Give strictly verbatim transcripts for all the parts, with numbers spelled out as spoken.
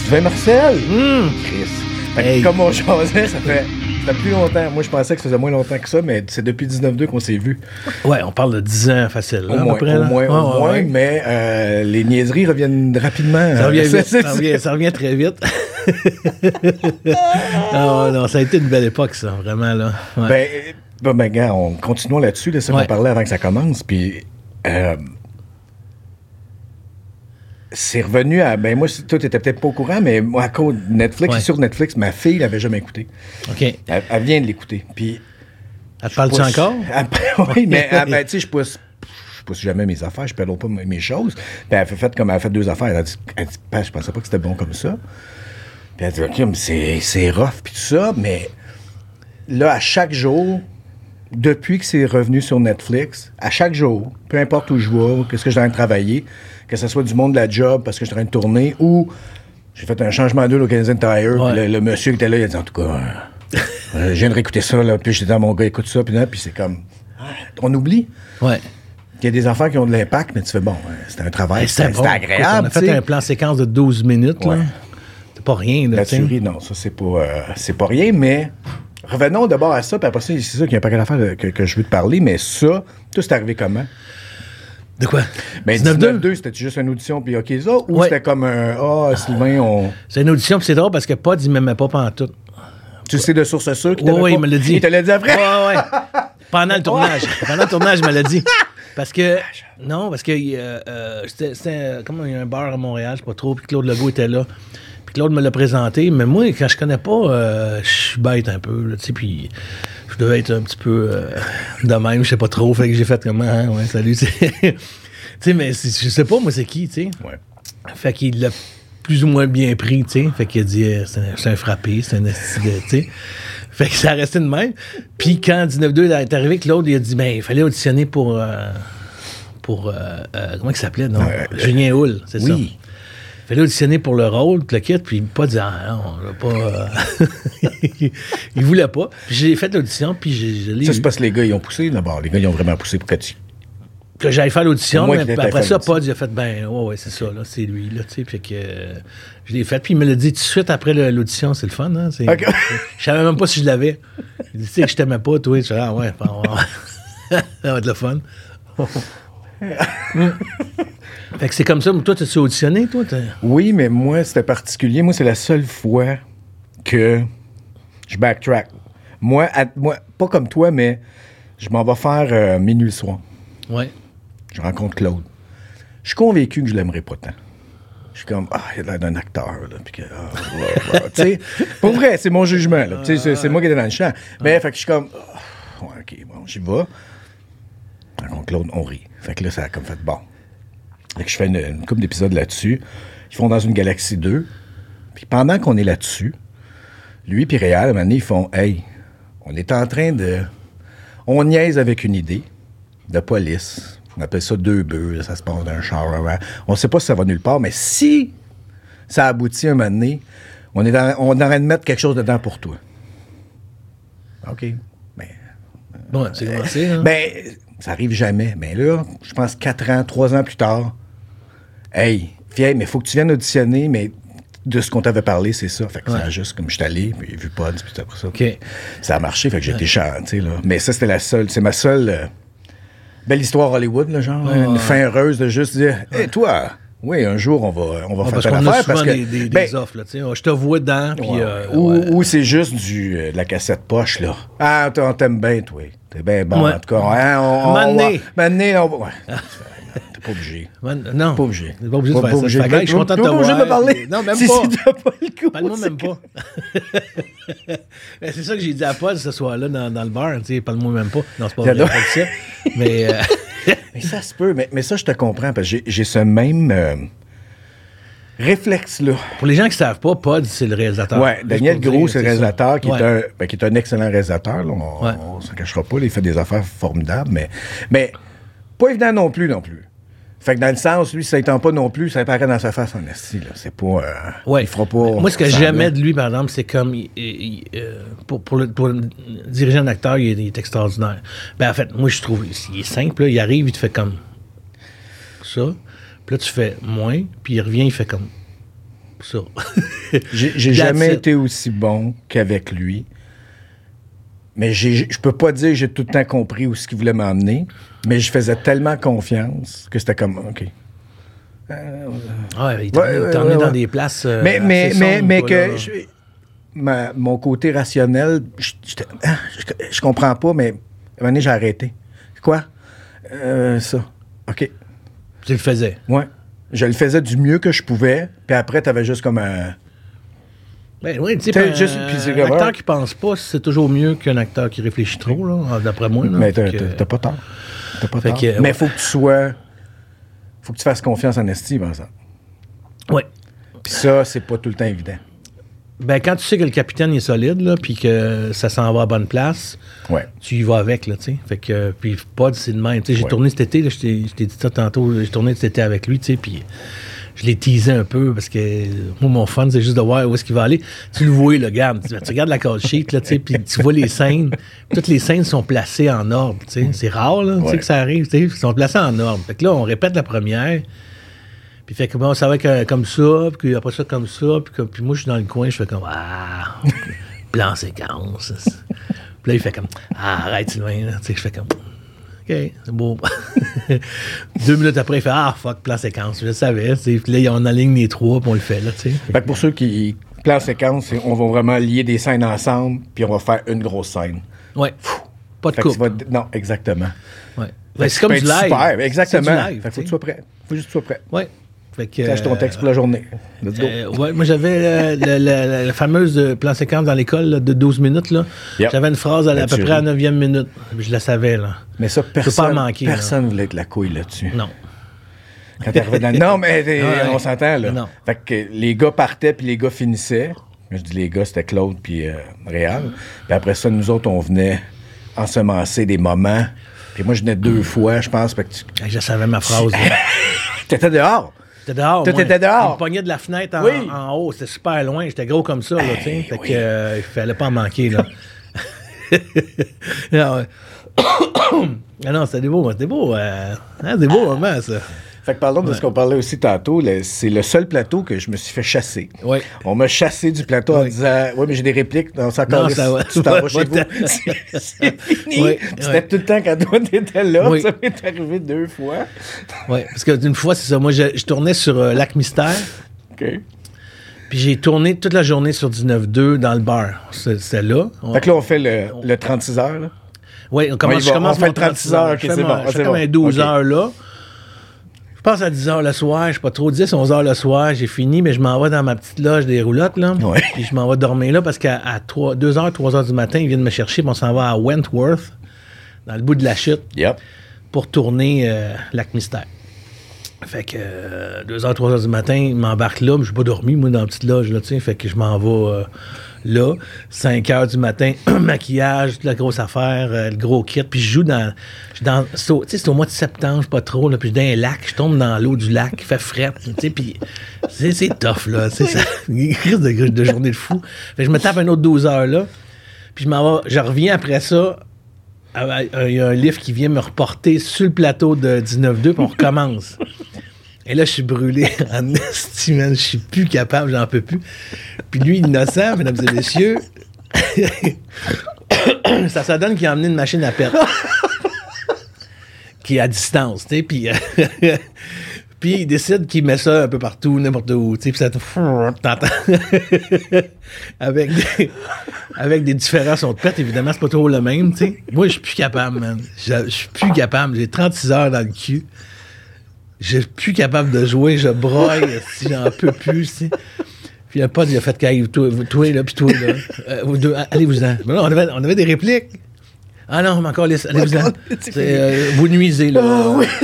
Sylvain Marcel? Mmh. Chris. Fait que hey. Comme on jasait, ça fait, ça fait plus longtemps. Moi, je pensais que ça faisait moins longtemps que ça, mais c'est depuis dix-neuf deux qu'on s'est vus. Ouais, on parle de dix ans facile. Au là, moins, à peu près, au moins, ah, au moins ouais. mais euh, les niaiseries reviennent rapidement. Ça revient euh, vite, ça revient, ça revient très vite. non, non, ça a été une belle époque, ça, vraiment, là. Ouais. Ben, ben, ben, gars, on continuons là-dessus, de ça ouais. qu'on parlait avant que ça commence, puis... Euh, c'est revenu à... Ben moi, toi, t'étais peut-être pas au courant, mais moi, à cause de Netflix, ouais. sur Netflix, ma fille l'avait jamais écouté. OK. Elle, elle vient de l'écouter. Puis... Elle te parle-tu encore? Après, oui, mais ben, tu sais, je pousse... Je pousse jamais mes affaires, je pédale pas mes choses. Puis elle a fait comme elle a fait deux affaires. Elle a dit, elle dit je pensais pas que c'était bon comme ça. Puis elle a dit, OK, mais c'est, c'est rough, puis tout ça, mais là, à chaque jour... Depuis que c'est revenu sur Netflix, à chaque jour, peu importe où je vais, qu'est-ce que je suis en train de travailler, que ce soit du monde de la job parce que je suis en train de tourner, ou j'ai fait un changement d'huile au Canadian Tire, ouais. puis le, le monsieur qui était là, il a dit, en tout cas, euh, je viens de réécouter ça, là, puis j'étais dans mon gars, écoute ça, puis là, puis c'est comme, ah, on oublie. Ouais. Il y a des affaires qui ont de l'impact, mais tu fais, bon, c'était un travail, c'était, bon. c'était agréable. On a fait un plan séquence de douze minutes, ouais. là. C'est pas rien, là. La tuerie, non, ça, c'est pas, euh, c'est pas rien, mais... Revenons d'abord à ça, puis après ça, c'est ça qu'il y a un paquet d'affaires que, que je veux te parler, mais ça, tout c'est arrivé comment? De quoi? Ben, dix-neuf deux, c'était juste une audition, puis OK, ça, ou ouais. c'était comme un « Ah, oh, Sylvain, on... » C'est une audition, puis c'est drôle parce que Pod, il m'aimait pas pantoute. Tu sais de source sûre qu'il t'avait oui, pas... il me l'a dit. Il te l'a dit après? Oui, oui. Pendant le tournage. Pendant le tournage, il me l'a dit. Parce que... Non, parce que euh, euh, c'était, c'était... Comme il y a un bar à Montréal, je sais pas trop, puis Claude Legault était là. Claude me l'a présenté, mais moi, quand je connais pas, euh, je suis bête un peu, tu sais, puis je devais être un petit peu euh, de même, je sais pas trop, fait que j'ai fait comment, hein, ouais, salut, tu sais, mais je sais pas, moi, c'est qui, tu sais. Ouais. Fait qu'il l'a plus ou moins bien pris, tu sais, fait qu'il a dit, euh, c'est, un, c'est un frappé, c'est un esti de, tu sais. Fait que ça a resté de même. Puis quand dix-neuf deux est arrivé, Claude, il a dit, ben, il fallait auditionner pour, euh, pour, euh, euh, comment il s'appelait, non? Euh, Julien Houle, c'est oui. ça. Oui. Il fallait auditionner pour le rôle, le kit, puis pas dire, ah, non, on l'a pas. Euh... il voulait pas. Puis j'ai fait l'audition, puis j'ai, je l'ai. Ça, c'est parce que les gars, ils ont poussé d'abord. Les gars, ils ont vraiment poussé pour que tu. Que j'aille faire l'audition, mais après ça, Pod, il a fait, ben, ouais, ouais, c'est ça, là, c'est lui, là, tu sais. Fait que euh, je l'ai fait, puis il me l'a dit tout de suite après le, l'audition, c'est le fun, hein. C'est, okay. Je savais même pas si je l'avais. Il dit, tu sais, que je t'aimais pas, toi. Je dis, ah, ouais, bon, ouais. Ça va être le fun. Fait que c'est comme ça, mais toi, t'as-tu auditionné, toi? T'as... Oui, mais moi, c'était particulier. Moi, c'est la seule fois que je backtrack. Moi, à, moi pas comme toi, mais je m'en vais faire euh, Minuit le soir. Ouais. Je rencontre Claude. Je suis convaincu que je l'aimerais pas tant. Je suis comme, ah, il a l'air d'un acteur, là. Puis que, ah, ah, ah. Tu sais, pour vrai, c'est mon jugement, là. Tu sais, c'est, c'est moi qui étais dans le champ. Mais, fait que je suis comme, oh, ouais, OK, bon, j'y vais. Je rencontre Claude, on rit. Fait que là, ça a comme fait, bon. Fait que je fais une, une couple d'épisodes là-dessus. Ils font dans une Galaxie deux. Puis pendant qu'on est là-dessus, lui et Réal, à un moment donné, ils font, hey, on est en train de. On niaise avec une idée de police. On appelle ça deux bœufs, ça se passe dans un char. On sait pas si ça va nulle part, mais si ça aboutit un moment donné, on est dans, on est en train de mettre quelque chose dedans pour toi. OK. Ben, bon, c'est commencé, hein? Ben, ça arrive jamais. Mais là, je pense quatre ans, trois ans plus tard, hey, fier, mais il faut que tu viennes auditionner, mais de ce qu'on t'avait parlé, c'est ça. Fait que ouais. Ça a juste, comme je suis allé, puis vu Pod, puis après ça. Okay. Ça a marché, fait que j'ai été chanté, là. Mais ça, c'était la seule, c'est ma seule euh, belle histoire Hollywood, là, genre. Ouais, une ouais. Fin heureuse de juste dire, hé, hey, toi, oui, un jour, on va, on va ouais, faire telle affaire. Parce que des, des, ben, des offres, là, tu sais. Je te vois dedans, puis... Ouais, euh, ou, ouais. ou c'est juste du, euh, de la cassette poche, là. Ah, on t'aime bien, toi. T'es bien bon, ouais. En tout cas. Hein, on, on, Mané. Mané, on va... Ouais. T'es pas obligé. Man, non. Pas obligé. T'es pas obligé de pas faire obligé ça. Fait que, je suis content de te voir. Pas obligé de me parler. Non, même si, pas. Si t'as pas le coup. Parle-moi même pas. Ben, c'est ça que j'ai dit à Paul ce soir-là dans, dans le bar. Tu sais, parle-moi même pas. Non, c'est pas vrai, pas ça. Mais... Euh... mais ça se peut. Mais, mais ça, je te comprends, parce que j'ai, j'ai ce même... Euh... réflexe-là. Pour les gens qui ne savent pas, Pod, c'est le réalisateur. Oui, Daniel Gros, c'est le réalisateur qui, ouais. est un, ben, qui est un excellent réalisateur. Là. On ouais. ne s'en cachera pas. Là, il fait des affaires formidables, mais, mais pas évident non plus, non plus. Fait que dans le sens, lui, ça ne tend pas non plus, ça apparaît dans sa face en esti. Là. C'est pas... Euh, ouais. Il fera pas... Moi, ce que j'aimais de lui, par exemple, c'est comme... Il, il, euh, pour, pour, le, pour le diriger un acteur, il est, il est extraordinaire. Ben, en fait, moi, je trouve... Il est simple, là, il arrive, il te fait comme ça. Puis là, tu fais moins, puis il revient, il fait comme... ça. J'ai, j'ai jamais été aussi bon qu'avec lui. Mais j'ai, je peux pas dire que j'ai tout le temps compris où ce qu'il voulait m'emmener, mais je faisais tellement confiance que c'était comme, OK. Euh, ouais, il t'a ouais, ouais, emmené ouais, dans ouais. des places euh, Mais, mais, mais, sombres, mais toi, que là. je, ma, mon côté rationnel, je, je, je, je comprends pas, mais à un moment donné, j'ai arrêté. Quoi? Euh, ça. OK. Tu le faisais? Ouais. Je le faisais du mieux que je pouvais, puis après, t'avais juste comme un... Ben oui, tu sais, un, juste, un acteur qui pense pas, c'est toujours mieux qu'un acteur qui réfléchit trop, là, d'après moi. Là, mais t'as, que... t'as pas tort. T'as pas tort. Que, mais ouais. faut que tu sois... Faut que tu fasses confiance en esti, par exemple. Oui. Puis ça, c'est pas tout le temps évident. Ben, quand tu sais que le capitaine est solide, là, puis que ça s'en va à bonne place, ouais. tu y vas avec, là, tu sais. Fait que, puis Pod, c'est de même. Tu sais, j'ai ouais. tourné cet été, là, je t'ai, je t'ai dit ça tantôt, j'ai tourné cet été avec lui, tu sais, puis je l'ai teasé un peu, parce que moi, mon fun, c'est juste de voir où est-ce qu'il va aller. Tu le vois, là, regarde, tu, tu regardes la call sheet, là, tu sais, puis tu vois les scènes, toutes les scènes sont placées en ordre, tu sais. C'est rare, là, tu sais, ouais. que ça arrive, tu sais, ils sont placés en ordre. Fait que là, on répète la première, puis fait que bon, ça va être comme ça, puis après ça, comme ça, puis, comme, puis moi, je suis dans le coin, je fais comme, ah, plan séquence. Puis là, il fait comme, ah, arrête, Sylvain, tu sais, je fais comme, OK, c'est beau. Deux minutes après, il fait, ah, fuck, plan séquence, je le savais, tu sais, puis là, on aligne les trois, puis on le fait, là, tu sais. Fait que pour ceux qui, plan séquence, on va vraiment lier des scènes ensemble, puis on va faire une grosse scène. Ouais. Pas de coupe. Va, non, exactement. Ouais. Ben, c'est comme du live. Super, exactement. C'est du live, fait que faut que tu sois prêt. Faut juste que tu sois prêt. Ouais. Fait que, Cache ton texte pour la journée. Let's go. Euh, ouais, moi, j'avais euh, la, la, la fameuse plan séquence dans l'école là, de douze minutes. Là. Yep. J'avais une phrase à, à peu près à la neuvième minute. Je la savais. Là. Mais ça, personne ne voulait être la couille là-dessus. Non. Quand t'arrivais dans... Non, mais ouais, on s'entend. Là. Non. Fait que les gars partaient puis les gars finissaient. Je dis les gars, c'était Claude puis euh, Réal. Puis après ça, nous autres, on venait ensemencer des moments. Puis moi, je venais deux fois, je pense. Fait que tu... Je savais ma phrase. T'étais dehors. T'étais dehors. T'étais dehors. Il me pognait de la fenêtre en, oui. en haut. C'était super loin. J'étais gros comme ça, là, tu sais. Fait oui. que, euh, il fallait pas en manquer, là. non, ouais. ah non, c'était beau. C'était beau. Euh... Ah, c'était beau, moment, ça. Fait que parlons ouais. de ce qu'on parlait aussi tantôt. Le, c'est le seul plateau que je me suis fait chasser. Oui. On m'a chassé du plateau oui. en disant « Ouais, mais j'ai des répliques. Non, c'est encore là. Va. Tu t'en vas chez vous. » C'est, c'est fini. Oui. C'était oui. tout le temps quand toi, t'étais là. Oui. Ça m'est arrivé deux fois. Oui, parce qu'une fois, c'est ça. Moi, je, je tournais sur euh, Lac Mystère. OK. Puis j'ai tourné toute la journée sur dix-neuf deux dans le bar. C'est, c'était là. On, fait que là, on fait le, le trente-six heures, là. Oui, on commence, oui, je commence on fait le trente-six heures. Je fais, bon, je fais comme un douze heures, okay. là. Je passe à dix heures le soir, je sais pas trop, dix, onze heures le soir, j'ai fini, mais je m'en vais dans ma petite loge des roulottes, là. Ouais. Puis je m'en vais dormir là parce qu'à à trois, deux heures, trois heures du matin, ils viennent me chercher, puis on s'en va à Wentworth, dans le bout de la chute, yep. pour tourner euh, Lac Mystère. Fait que euh, deux heures, trois heures du matin, ils m'embarquent là, mais je n'ai pas dormi, moi, dans la petite loge, là, tu sais. Fait que je m'en vais euh, là, cinq heures du matin, maquillage, toute la grosse affaire, euh, le gros kit, puis je joue dans... dans c'est, au, c'est au mois de septembre, pas trop, là, puis je suis dans un lac, je tombe dans l'eau du lac, il fait fret, tu sais, puis c'est, c'est tough, là, tu sais, ça, une crise de, de journée de fou. Fait que je me tape un autre douze heures, là, puis je m'en vais, je reviens après ça, il y a un lift qui vient me reporter sur le plateau de dix-neuf deux, puis on recommence. Et là, je suis brûlé en esti, man. Je suis plus capable, j'en peux plus. Puis lui, innocent, mesdames et messieurs, ça se donne qu'il a emmené une machine à perte. Qui est à distance, tu sais. Puis, puis il décide qu'il met ça un peu partout, n'importe où, tu sais. Puis ça te... T'entends? avec, des, avec des différents sons de perte, évidemment, c'est pas trop le même, tu sais. Moi, je suis plus capable, man. Je suis plus capable. J'ai trente-six heures dans le cul. Je suis plus capable de jouer, je broille, si j'en peux plus, tu sais. Puis le pote, il a fait qu'arrive, toi, toi, là, puis toi, là. Euh, vous deux, allez-vous-en. Mais là, on avait, on avait des répliques. Ah non, mais encore, les, allez-vous-en. Euh, vous nuisez, là. Oh, oui.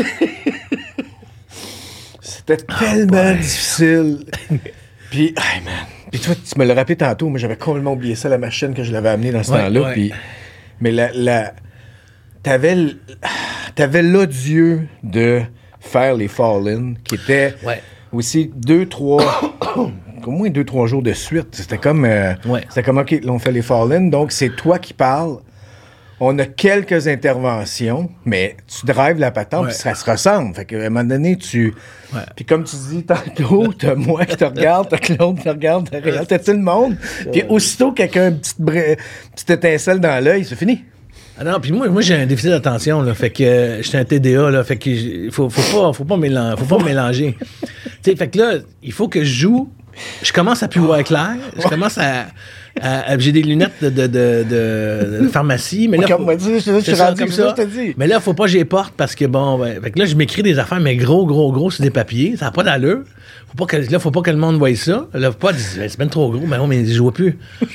C'était tellement oh, difficile. Puis, hey, man. Puis toi, tu me l'as rappelé tantôt, moi, j'avais complètement oublié ça, la machine que je l'avais amenée dans ce ouais, temps-là. Ouais. Puis, mais la, la, t'avais, t'avais l'odieux de faire les fall-in, qui étaient ouais. aussi deux, trois, au moins deux, trois jours de suite. C'était comme, euh, ouais. c'était comme, OK, là, on fait les fall-in, donc c'est toi qui parles on a quelques interventions, mais tu drives la patente, Ouais. puis ça se ressemble. Fait qu'à un moment donné, tu... Ouais. Puis comme tu dis tantôt, t'as moi qui te regarde, t'as Claude qui te regarde, t'as Réal, t'as tout le monde. Puis aussitôt quelqu'un a une petite, bra- petite étincelle dans l'œil, c'est fini. Ah non, puis moi, moi j'ai un déficit d'attention, là. Fait que euh, j'étais un T D A, là. Fait que j'ai- faut, faut pas, faut pas mélanger. Faut pas mélanger. Tu sais, fait que là, il faut que je joue. Je commence à plus voir clair. Je commence à. à- à- j'ai des lunettes de, de, de, de- de pharmacie. Mais là, Comme faut- moi, je, je, je c'est suis ça, rendu comme comme ça, ça. je te dis. Mais là, faut pas que j'y porte parce que bon, ben, fait que là, je m'écris des affaires, mais gros, gros, gros sur des papiers. Ça n'a pas d'allure. Faut pas que, là, faut pas que le monde voie ça. Là, faut pas dire, c'est même trop gros. Mais non, mais je vois plus.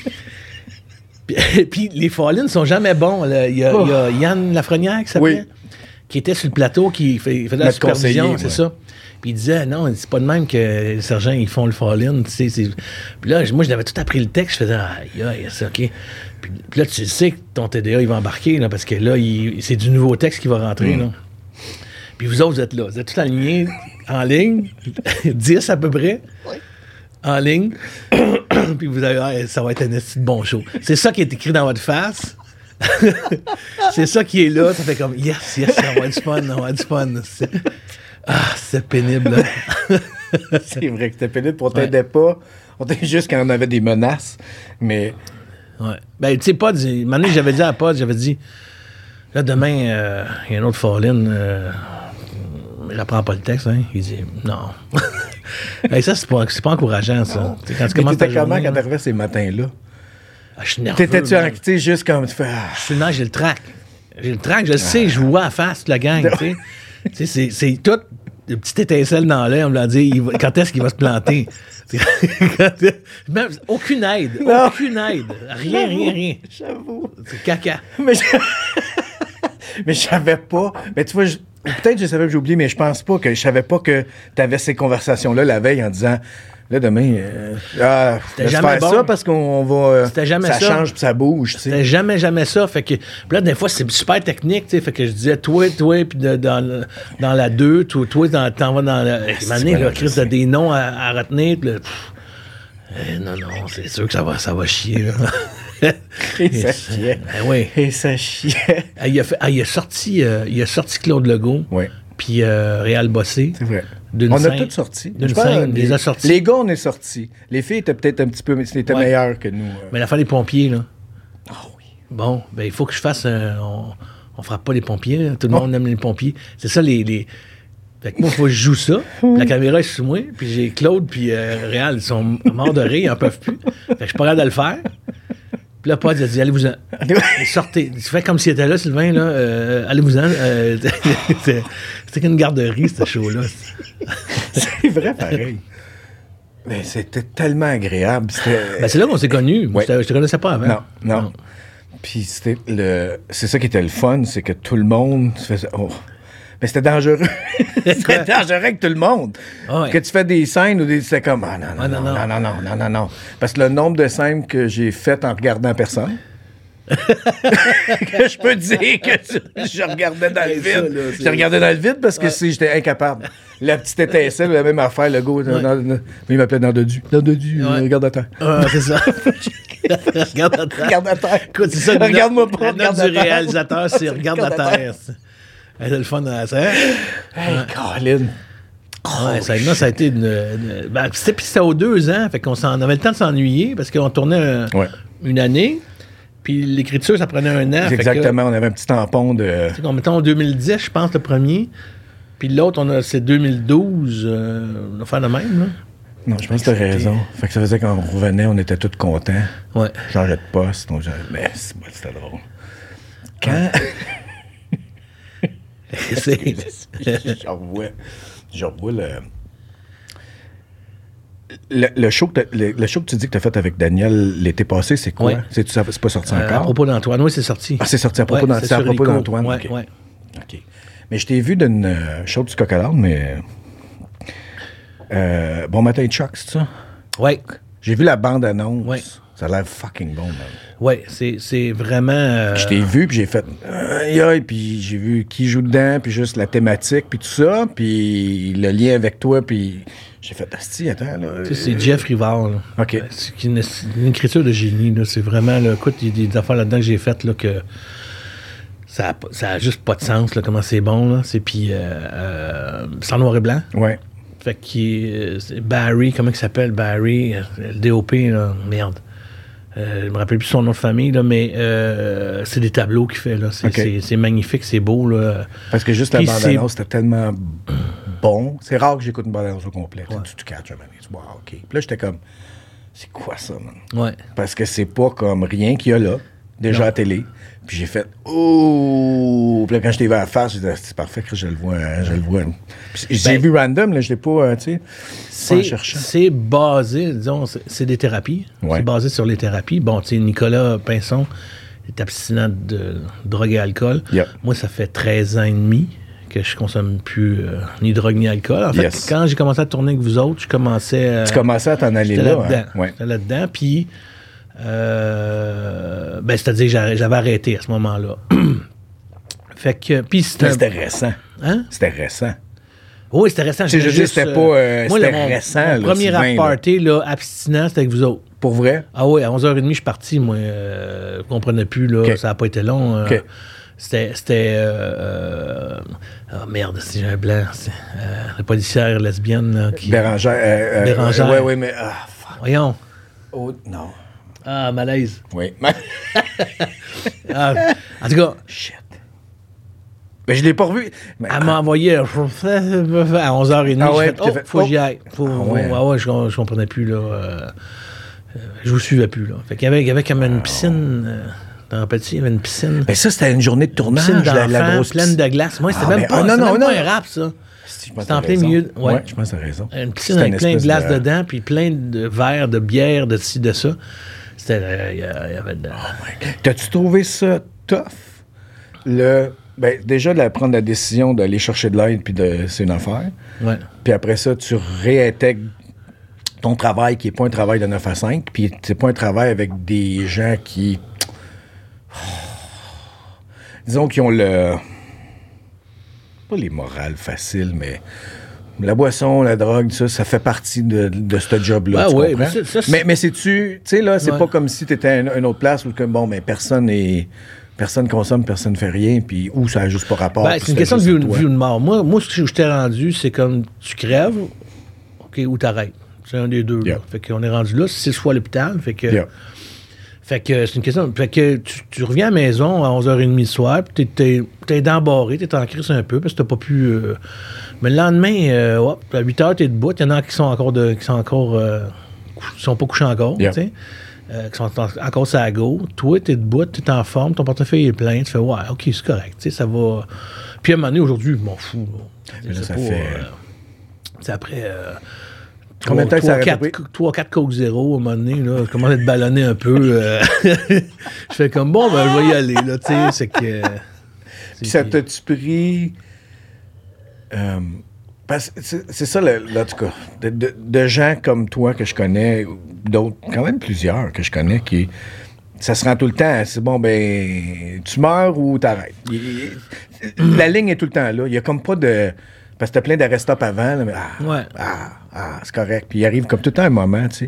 Puis, puis les Fallin sont jamais bons. là. Il y, a- il y a Yann Lafrenière qui s'appelait, Oui. qui était sur le plateau, qui fait, il faisait la Notre supervision, conseiller, c'est ouais. ça. Puis il disait, non, c'est pas de même que les sergents, ils font le Fallin. Tu sais, c'est- puis là, moi, je l'avais tout appris le texte. Je faisais, aïe, aïe, c'est OK. Puis, puis là, tu sais que ton T D A, il va embarquer, là, parce que là, il- c'est du nouveau texte qui va rentrer. Mm. Là. Puis vous autres, vous êtes là. Vous êtes tous alignés en ligne, dix à peu près, en ligne. Puis vous avez, ah, ça va être un esti de bon show. C'est ça qui est écrit dans votre face. C'est ça qui est là. Ça fait comme, yes, yes, on va être du fun, on va être du fun. C'est- Ah, c'est pénible. Là. C'est vrai que c'était pénible, on t'aidait pas. On t'aidait juste quand on avait des menaces. Mais Ouais. Ben, tu sais, Pod, un moment donné, j'avais dit à Pod, j'avais dit, là, demain, euh, il y a un autre Fallin. Euh, j'apprends pas le texte, hein. Il dit, non. Hey, ça, c'est pas, c'est pas encourageant, ça. Tu sais, quand tu mais commences ta t'étais comment journée, quand là, t'arrivais ces matins-là? ah, je suis nerveux. T'étais-tu man. en- tu sais, juste comme tu fais. Ah, Je suis là, j'ai le trac. J'ai le trac, je le sais, je vois à face toute la gang, tu sais. Tu sais, c'est, c'est tout une petite étincelle dans l'air, on me l'a dit, il va- quand est-ce qu'il va se planter? Même, aucune aide, Non. aucune aide. Rien, rien, rien. j'avoue. C'est caca. Mais je... mais je savais pas. Mais tu vois, je- peut-être que je savais que j'ai oublié, mais je pense pas que je savais pas que tu avais ces conversations-là la veille en disant là demain, euh, ah, laisse jamais faire bon. ça parce qu'on va. euh, C'était jamais ça ça. change puis ça bouge, tu sais. C'était jamais, jamais ça. Fait que, puis là, des fois, c'est super technique, tu sais. Fait que je disais, toi, toi, puis de- dans, le- dans la deux, toi, toi, dans- t'en vas dans la. c'est Mané, pas là, la Chris, t'as des noms à, à retenir, puis là, pff, eh, non, non, c'est sûr que ça va, ça va chier, là. Et ça chiait. Ben oui. Et ça chiait. Ah, il, a fait, ah, il, a sorti, euh, il a sorti Claude Legault, Oui, puis euh, Réal Bossé. c'est vrai. D'une On a scène- tous sorti. d'une Je pense, scène, les, les a sortis. les gars, on est sortis. Les filles étaient peut-être un petit peu c'était Ouais. meilleures que nous. euh. Mais l'affaire des pompiers, là. Ah oui. Bon, ben il faut que je fasse. un- on, on frappe pas les pompiers, là. Tout le monde aime les pompiers. C'est ça, les. les... Fait que moi, il faut que je joue ça. La caméra est sur moi, puis j'ai Claude, puis euh, Réal, ils sont morts de rire, ils en peuvent plus. Fait que je suis pas capable de le faire. Puis là, Pod, il a dit, allez-vous-en. Sortez. Tu fais comme s'il était là, Sylvain, là. Euh, allez-vous-en. Euh, c'était c'était qu'une garderie, ce show-là. C'est vrai, pareil. Mais c'était tellement agréable. C'était... Ben, c'est là qu'on s'est connus. Moi, Ouais. Je te- je te connaissais pas avant. Non, non. Puis c'était le... c'est ça qui était le fun, c'est que tout le monde faisait... Oh. Mais c'était dangereux. C'était dangereux avec tout le monde. Ah ouais. Que tu fais des scènes où des... c'était comme... Ah non, non, Ah, non, non, non, non. non, non, non, non, non. Parce que le nombre de scènes que j'ai faites en regardant personne... que je peux dire que je, je regardais dans le Hey, ça, vide. là, c'est- Je regardais dans le vide parce que si j'étais incapable. La petite étincelle, la même affaire, le gars, dans- dans- dans- il m'appelait dans Dodu. Dans Dodu, Ouais. euh, regarde à terre. Ah, c'est ça. Regarde la terre. Regarde à terre. Écoute, c'est ça. le Regarde-moi note- pas, La note regarde du la terre. réalisateur, c'est regarde la Regarde la terre. Hey, c'est le fun, hein, ça. Hey, Colin. Ouais, ça, non, ça a été une. une- ben, c'était, puis c'était aux deux ans, fait qu'on s'en, on avait le temps de s'ennuyer parce qu'on tournait un- Ouais. une année, puis l'écriture, ça prenait un an. Fait que, Exactement, on avait un petit tampon de... tu sais, mettons en deux mille dix, je pense, le premier, puis l'autre, on a, c'est deux mille douze, euh, on a fait le même, là. Non, je pense que t'as raison. Fait que ça faisait qu'on revenait, on était tous contents. Ouais. Changeait de poste. Donc j'avais- mais c'est- ouais, c'était drôle. Quand... C'est- je revois, je revois le... Le, le, show que t'as- le, le show que tu dis que tu as fait avec Daniel l'été passé, c'est quoi? Ouais. C'est, c'est pas sorti Euh, à encore? propos d'Antoine, oui, c'est sorti. Ah, c'est sorti à propos, Ouais, d'An- c'est c'est à sur propos Rico. d'Antoine. Ouais, OK. ouais. OK. Mais je t'ai vu d'une euh, show du coq à l'âne, mais... Euh, bon matin, Chuck, c'est ça? Ouais. J'ai vu la bande-annonce. Ouais. Ça a l'air fucking bon, man. Ouais, c'est, c'est vraiment. euh, Je t'ai vu, puis j'ai fait... Aïe, aïe, puis j'ai vu qui joue dedans, puis juste la thématique, puis tout ça, puis le lien avec toi, puis j'ai fait... Asti, attends, là... tu sais, c'est Jeff Rivard. Là. OK. C'est une, c'est une écriture de génie. Là. C'est vraiment, là, écoute, il y a des affaires là-dedans que j'ai faites là, que Ça a, pas- ça a juste pas de sens, là, comment c'est bon, là. C'est puis euh, euh, c'est en noir et blanc. Ouais. Fait qu'il euh, c'est Barry, comment il s'appelle, Barry, euh, le D O P, là, merde. Euh, je me rappelle plus son nom de famille, là, mais euh, c'est des tableaux qu'il fait, là. C'est, Ok. c'est, c'est magnifique, c'est beau, là. Parce que juste la Puis bande-annonce, c'était tellement bon. C'est rare que j'écoute une bande-annonce au complet. Ouais. Tu te catches un moment, tu dis, wow, OK. Puis là, j'étais comme, c'est quoi ça, man? Ouais. Parce que c'est pas comme rien qu'il y a là, déjà Non. à la télé. Puis j'ai fait, oh! Puis là, quand je t'ai vu à la face, j'ai dit, ah, c'est parfait que je le vois. hein, je le vois. Puis j'ai Ben, vu random, là, je l'ai pas, euh, tu sais, pas en C'est, cherchant. c'est basé, disons, c'est, c'est des thérapies. Ouais. C'est basé sur les thérapies. Bon, tu sais, Nicolas Pinson est abstinent de drogue et alcool. Yep. Moi, ça fait treize ans et demi que je consomme plus euh, ni drogue ni alcool. En fait, Yes. quand j'ai commencé à tourner avec vous autres, je commençais... euh, Tu commençais à t'en aller j'étais là. là-dedans. hein? Ouais. J'étais là-dedans, puis... euh, ben, c'est-à-dire que j'avais, j'avais arrêté à ce moment-là. Fait que... Puis c'était... Mais c'était récent. Hein? C'était récent. Oui, c'était récent. Tu sais, je veux J'étais dire, c'était pas, euh, moi, c'était le- mon- récent, Mon là, premier Sylvain, rap là. party, là, abstinent, c'était avec vous autres. Pour vrai? Ah oui, à onze heures trente, je suis parti, moi. Euh, je comprenais plus, là. Ok. Ça n'a pas été long. euh, Ok. C'était... c'était euh, euh, oh merde, si j'ai un blanc. C'est, euh, la policière lesbienne, là, qui... Bérangère. Euh, euh, Bérangère. Oui, oui, mais. Ah, fuck. Voyons. Oh, non. Ah, malaise. Oui. Ah, en tout cas, Shit. Mais je l'ai pas revu. Mais, elle m'a envoyé à onze heures trente. Ah ouais, J'ai fait, puis t'as oh, fait, faut oh. que j'y aille. Faut, Ah ouais. ouais, ouais, je, je comprenais plus, là. euh, euh, je vous suivais plus, là. Fait qu'il y avait, il y avait comme une piscine. Euh, t'en rappelles-tu? Il y avait une piscine. mais ça, c'était une journée de tournage, piscine la, la d'enfants grosse pleine piscine. de glace. Moi, c'était Ah, même mais- pas, ah, non, c'était non, même non. pas un rap, ça. Si, je pense C'était en que t'as plein raison. milieu. Ouais. Ouais, je pense que t'as raison. Une piscine C'était avec une plein de espèce glace de- dedans, puis plein de verres, de bière, de ci, de ça. C'était... euh, Il y, a- il y avait de... T'as-tu trouvé ça tough? Le, ben, déjà, de la- prendre la décision d'aller chercher de l'aide, puis de, c'est une affaire. Ouais. Puis après ça, tu réintègres ton travail, qui n'est pas un travail de neuf à cinq, puis c'est pas un travail avec des gens qui... Disons qu'ils ont le... Pas les morales faciles, mais... La boisson, la drogue, ça, ça fait partie de, de ce job-là. Ah tu oui, comprends? mais ça, ça, c'est- mais, mais c'est-tu... Tu sais, là, c'est Ouais. pas comme si tu étais à une, une autre place où, que, bon, mais personne est... Personne consomme, personne fait rien, puis où ça n'a juste pas rapport. Ben, puis c'est une c'est question de juste vie, à ou- toi. vie ou de mort. Moi, moi, ce que je t'ai rendu, c'est comme tu crèves, OK, ou t'arrêtes. C'est un des deux. Yeah. Là. Fait qu'on est rendu là, six fois à l'hôpital. Fait que, Yeah. fait que c'est une question. Fait que tu, tu reviens à la maison à onze heures trente le soir, puis t'es, t'es, t'es d'embarré, t'es en crise un peu, parce que t'as pas pu. euh, Mais le lendemain, euh, hop, à huit heures, t'es debout. Il y en a qui sont encore de, qui sont encore. Euh, cou- qui sont pas couchés encore, Yeah. tu sais. Euh, qui sont en- encore sur la go. Toi, t'es debout, t'es en forme, ton portefeuille est plein, tu fais, ouais, OK, c'est correct, tu sais, ça va. Puis à un moment donné, aujourd'hui, je m'en fous. là. Mais là, C'est ça pas, fait- euh, c'est après. Euh, Combien de temps que ça aurait quatre, pris? trois quatre Coke Zéro, à un moment donné, là, je commence à être ballonné un peu. euh, je fais comme, bon, ben, je vais y aller, là, tu sais, c'est que... Puis ça t'a-tu pris... euh, parce que c'est c'est ça, le- là, en tout cas, de, de- de gens comme toi que je connais, ou d'autres, quand même plusieurs que je connais, qui... Ça se rend tout le temps. C'est bon, ben, tu meurs ou t'arrêtes. Il- il- La ligne est tout le temps là. Il y a comme pas de... Parce que t'as plein d'arrêt stop avant. Là, mais, ah, Ouais. ah, ah, c'est correct. Puis il arrive comme tout le temps un moment, tu sais.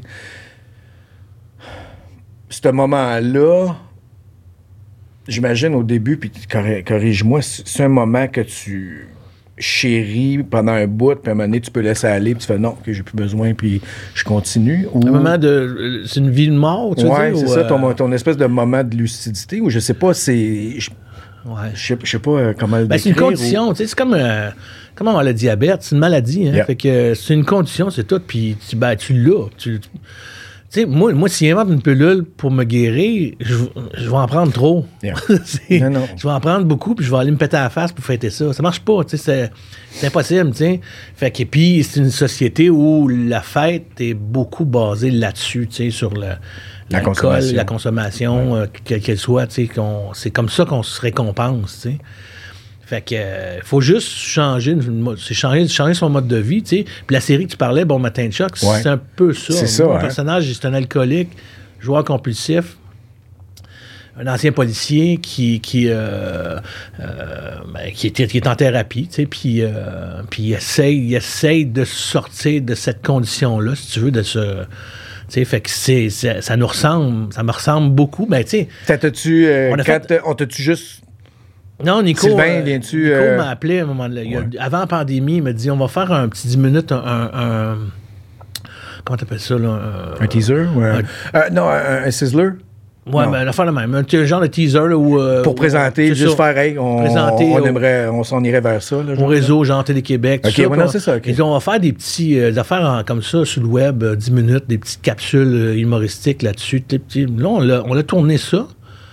Ce moment-là, j'imagine au début, puis corri- corrige-moi, c'est c'est un moment que tu chéris pendant un bout, puis à un moment donné, tu peux laisser aller, puis tu fais non, que j'ai plus besoin, puis je continue. Ou... Un moment de... C'est une vie de mort, tu veux Ouais, dire? c'est ou, ça, euh, ton, ton espèce de moment de lucidité, ou je sais pas, c'est... Je, Ouais. je sais, je sais pas euh, comment le Ben, c'est une décrire, condition, tu sais, c'est comme, euh, comme avoir le diabète, c'est une maladie, hein, Yeah. fait que euh, c'est une condition, c'est tout, puis tu, ben, tu l'as, tu, tu sais, moi, moi s'il invente une pilule pour me guérir, je, je vais en prendre trop. Yeah. C'est- Non, non. Je vais en prendre beaucoup, puis je vais aller me péter à la face pour fêter ça. Ça marche pas, tu sais, c'est, c'est impossible, tu sais. Fait que, puis c'est une société où la fête est beaucoup basée là-dessus, tu sais, sur le... La l'alcool, consommation. la consommation, euh, quelle qu'elle soit, tu sais, qu'on, c'est comme ça qu'on se récompense, tu sais. Fait que euh, faut juste changer, une mo- c'est changer, changer son mode de vie, tu sais. Puis la série que tu parlais, Bon Matin Chuck, Ouais. c'est un peu ça. C'est ça, Mon hein. personnage, c'est un alcoolique, joueur compulsif, un ancien policier qui qui, euh, euh, ben, qui, est, qui est en thérapie, tu sais, puis euh, puis il essaye, il essaye de sortir de cette condition-là, si tu veux, de se... Tu sais, fait que c'est, c'est- ça nous ressemble, ça me ressemble beaucoup. Ben, tu sais, Ça t'as-tu... euh, On a quand fait- t'as- on t'a-tu juste Non, Nico, Sylvain, euh, viens-tu... Nico euh, m'a appelé à un moment là. Il y a- Ouais. Avant la pandémie, il m'a dit, on va faire un petit dix minutes, un... un, un- comment t'appelles ça, là? Un, Un teaser? ou un- euh, non, un, un sizzler? Ouais, Non. ben, l'affaire la même. Un, un genre de teaser, là, où... euh, Pour où- présenter, c'est juste ça. faire, hey, on, Présenter on au- aimerait, on s'en irait vers ça. Là, Au genre, réseau, genre Télé-Québec, tout Ok, ça. ouais, puis non, on- c'est ça, ok. Ils dit, on va faire des petits euh, des affaires en- comme ça sur le web, euh, dix minutes, des petites capsules euh, humoristiques là-dessus. T'sais, t'sais. Là, on l'a, on a tourné ça.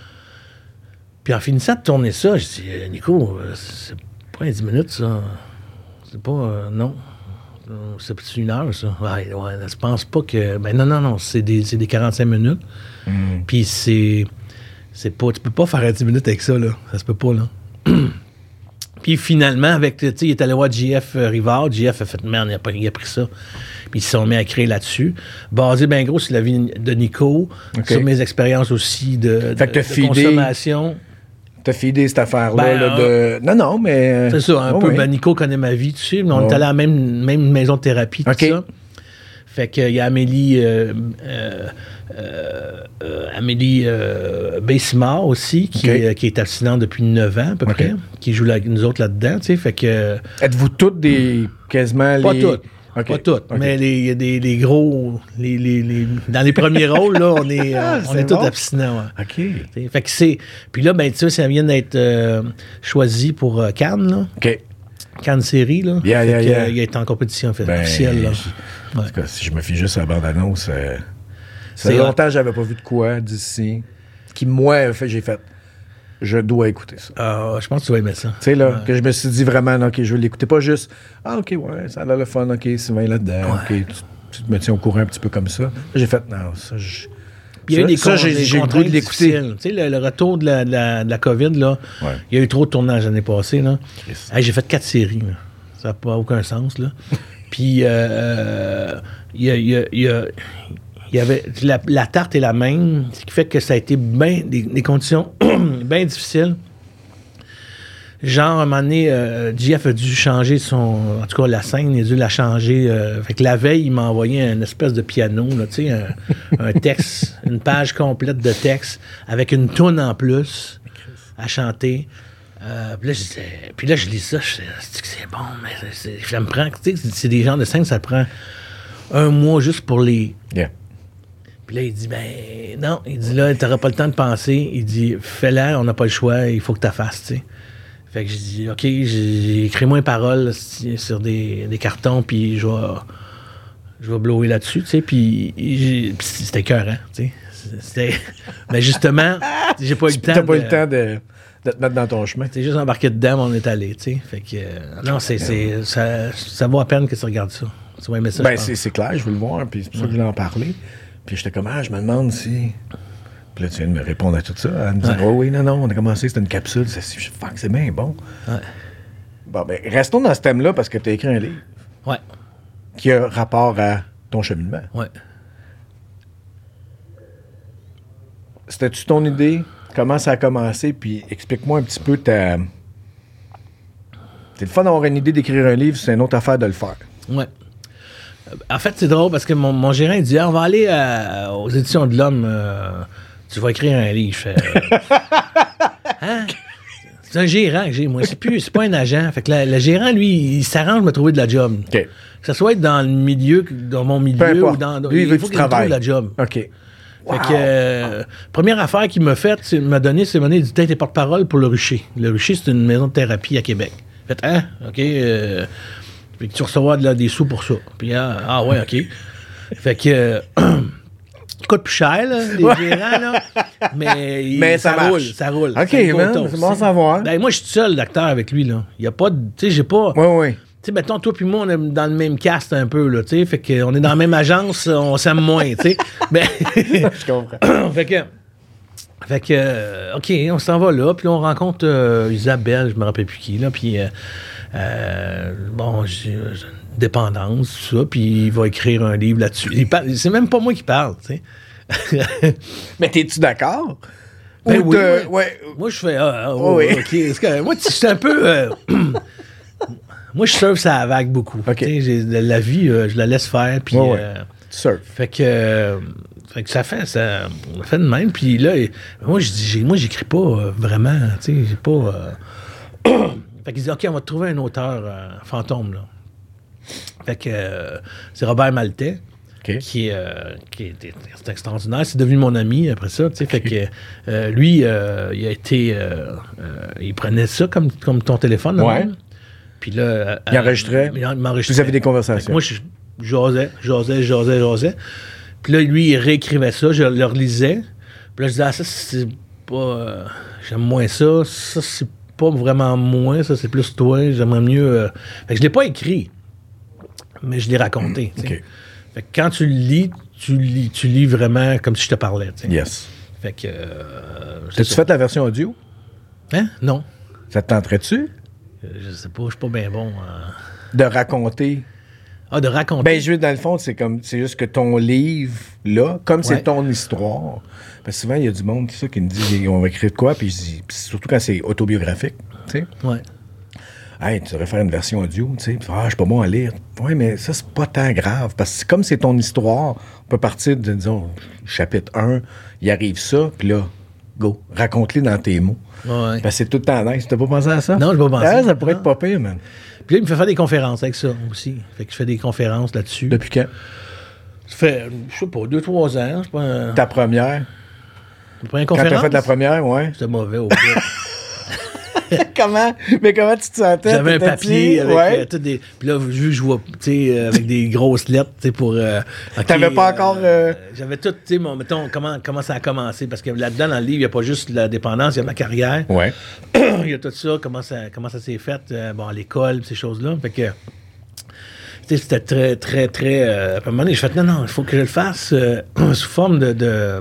Puis en finissant de tourner ça, je dis, euh, Nico, euh, c'est pas un dix minutes, ça. C'est pas... euh, non. Euh, C'est c'est une heure, ça. Ouais, ouais, je pense pas que... Ben non, non, non, c'est des, c'est des quarante-cinq minutes. Mm. Puis c'est... C'est pas... Tu peux pas faire un dix minutes avec ça, là. Ça se peut pas, là. Puis finalement, avec, tu sais, il est allé voir J F Rivard. J F a fait, merde, il a, pas- il a pris ça. Puis ils se sont mis à créer là-dessus. Basé, bien gros, sur la vie de Nico, OK. sur mes expériences aussi de, Fait que de, t'as de feedé- consommation. T'as fidé cette affaire-là. Ben, là, de... Non, non, mais... C'est ça, un Oh, peu. oui. Ben, Nico connaît ma vie, tu sais. Mais on Oh. est allé à la même, même maison de thérapie, tout OK. ça. Fait qu'il y a Amélie, euh, euh, euh, euh, Amélie euh, Bessimard aussi, qui, OK. est, qui est abstinente depuis neuf ans, à peu OK. près, qui joue là, avec nous autres là-dedans, tu sais. Fait que... Êtes-vous toutes des... quasiment Pas les... toutes. OK. Pas toutes. OK. Mais les- il y a des, les gros. Les, les, les- dans les premiers rôles, là, on est, Ah, on, on c'est est tous bon. abstinents. Ouais. OK. T'sais, fait que c'est. Puis là, ben, tu sais, ça vient d'être euh, choisi pour euh, Cannes, là. OK. Cannes série, là. Yeah, Fait yeah, que, yeah. euh, il est en compétition fait, Ben, officielle, là. En Ouais. tout cas, si je me fie juste à la bande-annonce, euh, ça fait C'est longtemps que j'avais pas vu de quoi d'ici. Qui, moi, fait, j'ai fait, je dois écouter ça. Ah, je pense que tu vas aimer ça. Tu sais, là, Ouais. que je me suis dit vraiment, non, OK, je vais l'écouter. Pas juste, ah, OK, ouais, ça a l'air le fun, OK, Sylvain là-dedans, OK, tu, tu te me tiens au courant un petit peu comme ça. J'ai fait, non, ça, je. Puis il y a eu ça, des, ça, con- j'ai, des j'ai le goût contraintes de l'écouter. difficiles. Tu sais, le, le retour de la, de la, de la COVID, là, Ouais. il y a eu trop de tournages l'année passée, là. Christ. Hey, j'ai fait quatre séries, là. Ça n'a pas aucun sens, là. Puis, euh, euh, il y, a, il y, a, il y, a, il y avait... La, la tarte est la même, ce qui fait que ça a été bien... Des, des conditions bien difficiles. Genre, à un moment donné, euh, J F a dû changer son... En tout cas, la scène, il a dû la changer. Euh, fait que la veille, il m'a envoyé une espèce de piano, là, tu sais, un, un texte, une page complète de texte, avec une toune en plus à chanter. Euh, puis, là, je disais- puis là, je lis ça, je dis c'est que c'est bon, mais c'est- ça me prend... Tu sais, c'est- c'est des genres de scènes, ça prend un mois juste pour les... Yeah. Puis là, il dit, ben non, il dit là, t'auras pas le temps de penser. Il dit, fais-le, on n'a pas le choix, il faut que tu fasses, tu sais. Fait que j'ai dit, OK, j'ai écrit-moi une parole si- sur des, des cartons, puis je vais, je vais blower là-dessus, tu sais. Puis j'ai- puis c'était écœurant, tu sais. C'était... Mais justement, j'ai pas eu le temps T'as pas eu de- le temps de, de te mettre dans ton chemin. T'es juste embarqué dedans, mais on est allé, tu sais. Fait que, euh, non, c'est, c'est, ça, ça vaut à peine que tu regardes ça. Tu vas aimer ça, Ben, je pense. c'est, c'est clair, je veux le voir, puis c'est pour ça que je voulais en parler. Puis j'étais comme, ah, je me demande si. Puis là, tu viens de me répondre à tout ça, à me dire, Ouais. oh oui, non, non, on a commencé, c'était une capsule. C'est, c'est, fuck, c'est bien bon. Ouais. Bon, ben, restons dans ce thème-là parce que tu as écrit un livre Ouais, qui a rapport à ton cheminement. ouais. C'était-tu ton idée? Comment ça a commencé? Puis explique-moi un petit peu ta. C'est le fun d'avoir une idée d'écrire un livre, c'est une autre affaire de le faire. Ouais. Euh, En fait, c'est drôle parce que mon, mon gérant il dit ah, on va aller à- aux éditions de l'Homme. euh, tu vas écrire un livre. Je fais, euh, hein? C'est un gérant que j'ai, moi. C'est plus, c'est pas un agent. Fait que la- le gérant, lui, il s'arrange de me trouver de la job. OK. Que ce soit dans le milieu, que- dans mon milieu Peu importe. ou dans. Lui, il veut que faut tu qu'il me trouve travailles. de la job. OK. Fait Wow. que, euh, première affaire qu'il m'a faite, c'est m'a donné, c'est donné, il dit, t'es t'es porte-parole pour le Rucher. Le Rucher, c'est une maison de thérapie à Québec. Fait, hein, OK, euh, fait que tu recevras de la- des sous pour ça. Puis, ah, ah ouais, OK. Fait que, euh, il coûte plus cher, là, les gérants, là, mais, il- Mais ça marche. roule, ça roule. OK, C'est man, coton, c'est bon à tu sais. savoir. Ben, moi, je suis seul d'acteur avec lui, là. Il y a pas de, tu sais, j'ai pas... Oui, oui. Tu sais, mettons, toi puis moi, on est dans le même cast un peu, là, tu sais. Fait qu'on est dans la même agence, on s'aime moins, tu sais. Mais... Je comprends. fait que... Fait que... euh, OK, on s'en va là, puis là, on rencontre euh, Isabelle, je me rappelle plus qui, là, puis... Euh, euh, bon, j'ai euh, j'ai une dépendance, tout ça, puis il va écrire un livre là-dessus. Il parle- c'est même pas moi qui parle, tu sais. Mais t'es-tu d'accord? Ben Ou oui, te- oui. ouais. Moi, je fais... Ah, ah, oh, Oui. OK. c'est correct. Moi, tu- je suis un peu... euh, moi, je surfe ça vague beaucoup. OK. Tu sais, j'ai- la, la vie, euh, je la laisse faire, puis... Ouais, ouais. euh, Tu surfes. fait que... euh, fait que ça fait, ça on fait de même. Puis là, moi, je dis, moi, j'écris pas euh, vraiment, tu sais, j'ai pas... Euh... fait qu'il dit, OK, on va te trouver un auteur euh, fantôme, là. Fait que euh, c'est Robert Maltais, okay. qui, euh, qui est, c'est extraordinaire. C'est devenu mon ami après ça, tu sais. Okay. Fait que euh, lui, euh, il a été... Euh, euh, il prenait ça comme, comme ton téléphone, là, ouais. Même. Puis là... Il euh, enregistrait. Il m'enregistrait. Vous avez des conversations. Moi, je jasais, jasais, jasais, jasais. Puis là, lui, il réécrivait ça, je le relisais. Puis là, je disais, ah, ça, c'est pas... Euh, j'aime moins ça. Ça, c'est pas vraiment moi. Ça, c'est plus toi. J'aimerais mieux... Euh... Fait que je l'ai pas écrit, mais je l'ai raconté. Mmh, okay. Fait que quand tu le lis, tu lis, tu lis vraiment comme si je te parlais. T'sais. Yes. Fait que... Euh, T'as-tu fait la version audio? Hein? Non. Ça te tenterait-tu? Euh, je sais pas, je suis pas bien bon. Euh... De raconter... Ah, de raconter. Ben, je veux, dans le fond, c'est comme, c'est juste que ton livre, là, comme ouais. c'est ton histoire, parce que souvent, il y a du monde, c'est ça, qui me dit, on va écrire de quoi, puis je dis, puis surtout quand c'est autobiographique, tu sais. Ouais. Hey, tu devrais faire une version audio, tu sais. Ah, je suis pas bon à lire. Oui, mais ça, c'est pas tant grave, parce que comme c'est ton histoire, on peut partir de, disons, chapitre un, il arrive ça, puis là, go, raconte-les dans tes mots. Ouais. Parce que c'est tout le temps nice. T'as pas pensé à ça? Non, j'ai pas pensé. Ah, ça pourrait non. être pas pire, man. Puis là, il me fait faire des conférences avec ça aussi. Fait que je fais des conférences là-dessus. Depuis quand? Ça fait, je sais pas, deux, trois ans. Pas un... Ta première? La première conférence? Quand t'as fait la première, ouais. C'était mauvais au bout. Comment? Mais comment tu te sentais? J'avais un papier avec ouais. euh, toutes des... Puis là, je, je vois, tu sais, euh, avec des grosses lettres, tu sais, pour... Euh, okay, T'avais pas encore... Euh... J'avais tout, tu sais, mon, mettons, comment, comment ça a commencé. Parce que là-dedans, dans le livre, il n'y a pas juste la dépendance, il y a ma carrière. Ouais. Il y a tout ça, comment ça, comment ça s'est fait, euh, bon, à l'école, ces choses-là. Fait que... Tu sais, c'était très, très, très... Euh, à un moment donné, je fais, non, non, il faut que je le fasse euh, sous forme de... de, euh,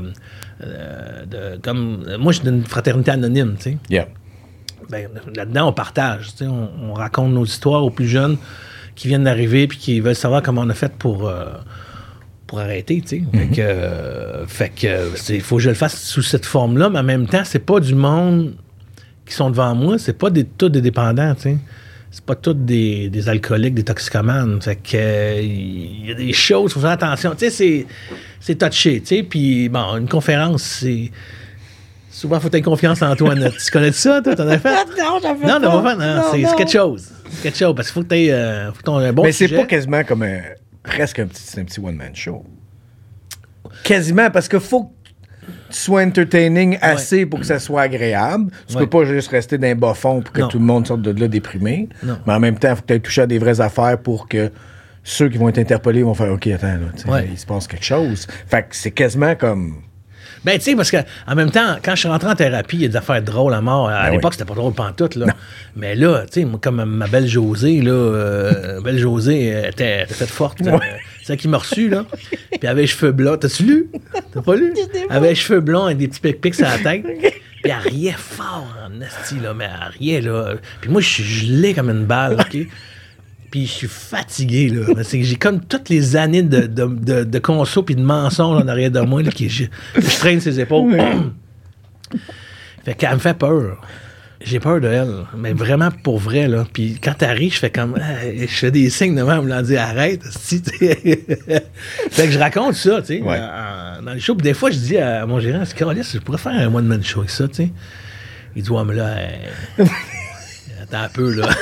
de comme... Moi, je suis d'une fraternité anonyme, tu sais. Yeah. Ben, là-dedans, on partage. On, on raconte nos histoires aux plus jeunes qui viennent d'arriver puis qui veulent savoir comment on a fait pour, euh, pour arrêter. Mm-hmm. Fait que, euh, fait que il faut que je le fasse sous cette forme-là, mais en même temps, c'est pas du monde qui sont devant moi, c'est pas des, tous des dépendants. T'sais. C'est pas tous des, des alcooliques, des toxicomanes. Fait que il euh, y a des choses, il faut faire attention. C'est, c'est touché. Puis bon, une conférence, c'est. Souvent, il faut avoir confiance en toi, Annette. Tu connais ça, toi? T'en as fait? Non, j'en fais non, pas. Non, pas. Non, non, c'est, non. c'est quelque chose. C'est quelque chose. Parce qu'il faut que tu aies euh, un bon Mais sujet. c'est pas quasiment comme un... Presque un petit, un petit one-man show. Quasiment, parce qu'il faut que tu sois entertaining assez ouais. pour que ça soit agréable. Tu ouais. peux pas juste rester dans un bas fond pour que non. tout le monde sorte de là déprimé. Non. Mais en même temps, il faut que tu aies touché à des vraies affaires pour que ceux qui vont être interpellés vont faire « OK, attends, là, ouais. il se passe quelque chose. » Fait que c'est quasiment comme... Ben, tu sais, parce qu'en même temps, quand je suis rentré en thérapie, il y a des affaires drôles à mort. À ben l'époque, oui. c'était pas drôle pantoute, là. Non. Mais là, tu sais, moi, comme ma belle Josée, là, euh, belle Josée, elle était, était faite forte. Ouais. Euh, c'est elle qui m'a reçu, là. Puis elle avait les cheveux blonds. T'as-tu lu? T'as pas lu? Elle avait les cheveux blonds avec des petits pics-pics sur la tête. Puis elle riait fort en esti, là, mais elle riait, là. Puis moi, je suis gelé comme une balle, OK? Puis je suis fatigué, là. C'est que j'ai comme toutes les années de, de, de, de conso puis de mensonges en arrière de moi, là, que je, je traîne ses épaules. Oui. Fait qu'elle me fait peur. J'ai peur de elle. Mais vraiment pour vrai, là. Puis quand elle rit, je fais comme... Je fais des signes de même, me dit arrête, si, fait que je raconte ça, tu sais, ouais. dans le show. Puis des fois, je dis à mon gérant, c'est Carlis, je pourrais faire un one-man show avec ça, tu sais. Il dit, ouais, mais là, hey, attends un peu, là.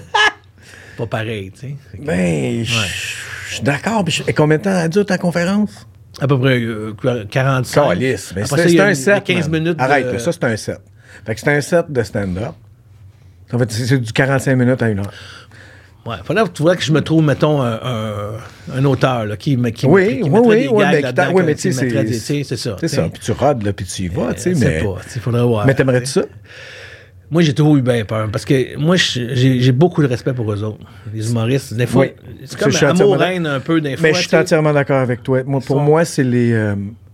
Pas pareil, tu sais. Ben, je suis d'accord. Et combien de temps a duré ta conférence? À peu près euh, quarante-cinq. Calice. Mais c'est, c'est un set. quinze man. minutes. Arrête, de... là, ça, c'est un set. Fait que c'est un set de stand-up. En fait, c'est, c'est du quarante-cinq minutes à une heure. Ouais, faudrait, tu vois que je me trouve, mettons, un, un, un auteur là, qui, qui, oui, qui oui, mettrait oui, des oui, gags mais là-dedans. Oui, mais tu sais, c'est, c'est, c'est ça. C'est ça. Puis tu rodes, là, puis tu y vas, tu sais. Mais pas. Il faudrait voir. Mais t'aimerais-tu ça? Moi, j'ai toujours eu bien peur. Parce que moi, j'ai, j'ai beaucoup de respect pour eux autres. Les humoristes. Des fois, oui. c'est comme un amour-haine un peu, des fois. Mais je suis entièrement d'accord avec toi. Moi, pour sont... moi, c'est les... Euh...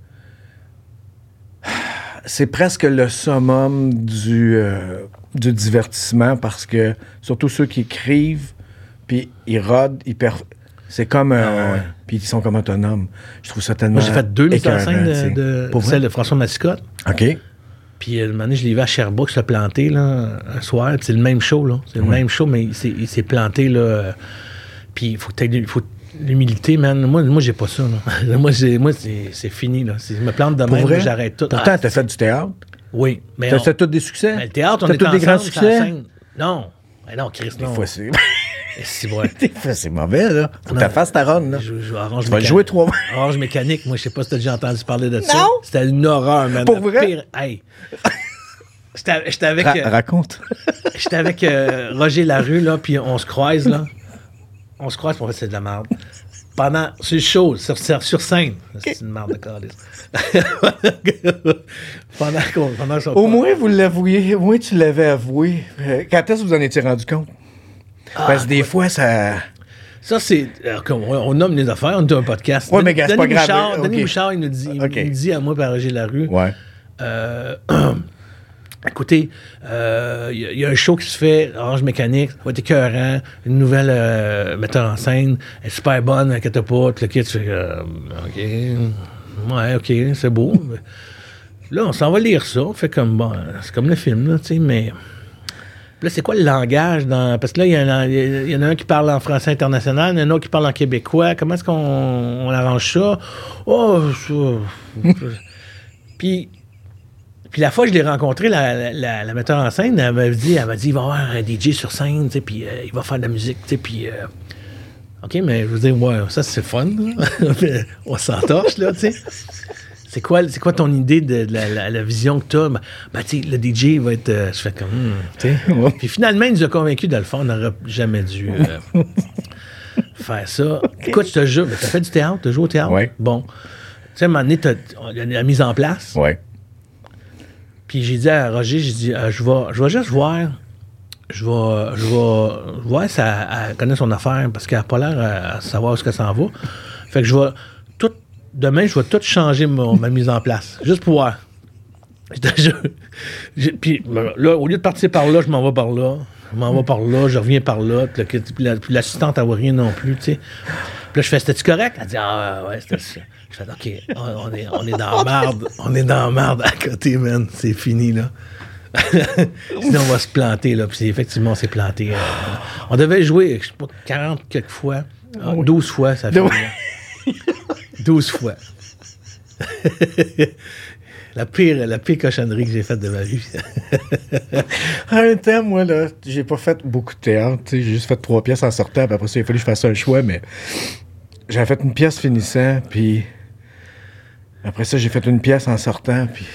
C'est presque le summum du, euh, du divertissement parce que, surtout ceux qui écrivent, puis ils rodent, ils per... C'est comme... Euh... Ah, ouais. Puis ils sont comme autonomes. Je trouve ça tellement... Moi, j'ai fait deux mises en scène de, de celle de François Mascotte. OK. Puis, un moment donné, je l'ai vu à Sherbrooke se planter, là, un soir. Puis c'est le même show, là. C'est le oui. même show, mais il s'est, il s'est planté, là. Puis, il faut que tu l'humilité, man, moi, moi j'ai pas ça. Là. moi, j'ai, moi c'est, c'est fini. Là. C'est, je me plante de même, j'arrête tout. Pourtant, ah, t'as fait du théâtre. Oui. Mais t'as on... fait tous des succès. Mais le théâtre, on t'as est tous des grands succès. Non. Mais non, Chris, non. Des fois, c'est... c'est, vrai. Des fois, c'est mauvais, là. Faut que tu fasses ta run, là. Je, je, orange tu vas le jouer trois mois. Orange Mécanique, moi, je sais pas si t'as déjà entendu parler de ça. Non. C'était une horreur, man. Pour vrai? Pire... Hey. J'étais, j'étais avec... Ra- euh, raconte. J'étais avec euh, Roger Larue, là, puis on se croise, là. On se croise, pour fait, c'est de la merde. Pendant... C'est chaud, sur, sur, sur scène. C'est une merde de calice. pendant qu'on... Pendant qu'on au moins, vous l'avouiez. Au moins, tu l'avais avoué. Euh, quand est-ce que vous en étiez rendu compte? Ah, Parce que des quoi? fois, ça... Ça, c'est... Euh, on, on nomme les affaires, on est un podcast. Oui, mais gars, c'est pas grave. Bouchard, Okay. Denis Bouchard, il nous dit, il, okay. il dit à moi, par Roger Larue... Ouais. Euh... Écoutez, il euh, y, y a un show qui se fait, Orange Mécanique, ça va être écœurant, une nouvelle euh, metteur en scène, elle est super bonne, inquiète pas, tout le kit, tu fais, euh, OK, ouais, OK, c'est beau. Là, on s'en va lire ça, on fait comme, bon, c'est comme le film, là, tu sais, mais... Là, c'est quoi le langage dans... Parce que là, il y, y en a un qui parle en français international, il y en a un autre qui parle en québécois, comment est-ce qu'on on arrange ça? Oh, ça... Puis... Puis la fois que je l'ai rencontré, la, la, la, la metteur en scène, elle m'a dit, elle m'a dit, il va y avoir un D J sur scène, tu sais, puis euh, il va faire de la musique, tu sais, puis... Euh, OK, mais je veux dire, ouais, ça, c'est fun, on s'entorche, là, tu sais. C'est quoi, c'est quoi ton idée de, de la, la, la vision que tu as? Ben, ben tu sais, le D J va être... Euh, je fais comme... Hmm, tu sais. Ouais. Puis finalement, il nous a convaincus de le faire. On n'aurait jamais dû euh, faire ça. Okay. Écoute, je te jure, tu as fait du théâtre? Tu as joué au théâtre? Oui. Bon. Tu sais, à un moment donné, tu as la mise en place. Oui. Puis j'ai dit à Roger, j'ai dit, euh, je vais je vais juste voir... Je vais, je vais voir si elle, elle connaît son affaire, parce qu'elle n'a pas l'air à, à savoir où est-ce que ça en va. Fait que je vais... Tout, demain, je vais tout changer mon, ma mise en place. Juste pour voir. Je, je, puis là, au lieu de partir par là, je m'en vais par là. Je m'en vais par là, je reviens par là. Puis, le, puis, la, puis l'assistante, elle voit rien non plus, tu sais. Puis là, je fais, c'était-tu correct? Elle dit, ah ouais, c'était ça. Je fais, OK, on est, on est dans la merde. On est dans la merde à côté, man. C'est fini, là. Sinon, on va se planter, là. Puis effectivement, on s'est planté. Euh, on devait jouer, je sais pas, quarante quelques fois. douze fois, ça fait. douze fois. la, pire, la pire cochonnerie que j'ai faite de ma vie. En même temps, moi, là, j'ai pas fait beaucoup de théâtre. J'ai juste fait trois pièces en sortant. Puis après ça, il a fallu que je fasse un choix, mais j'avais fait une pièce finissant, puis après ça, j'ai fait une pièce en sortant, puis...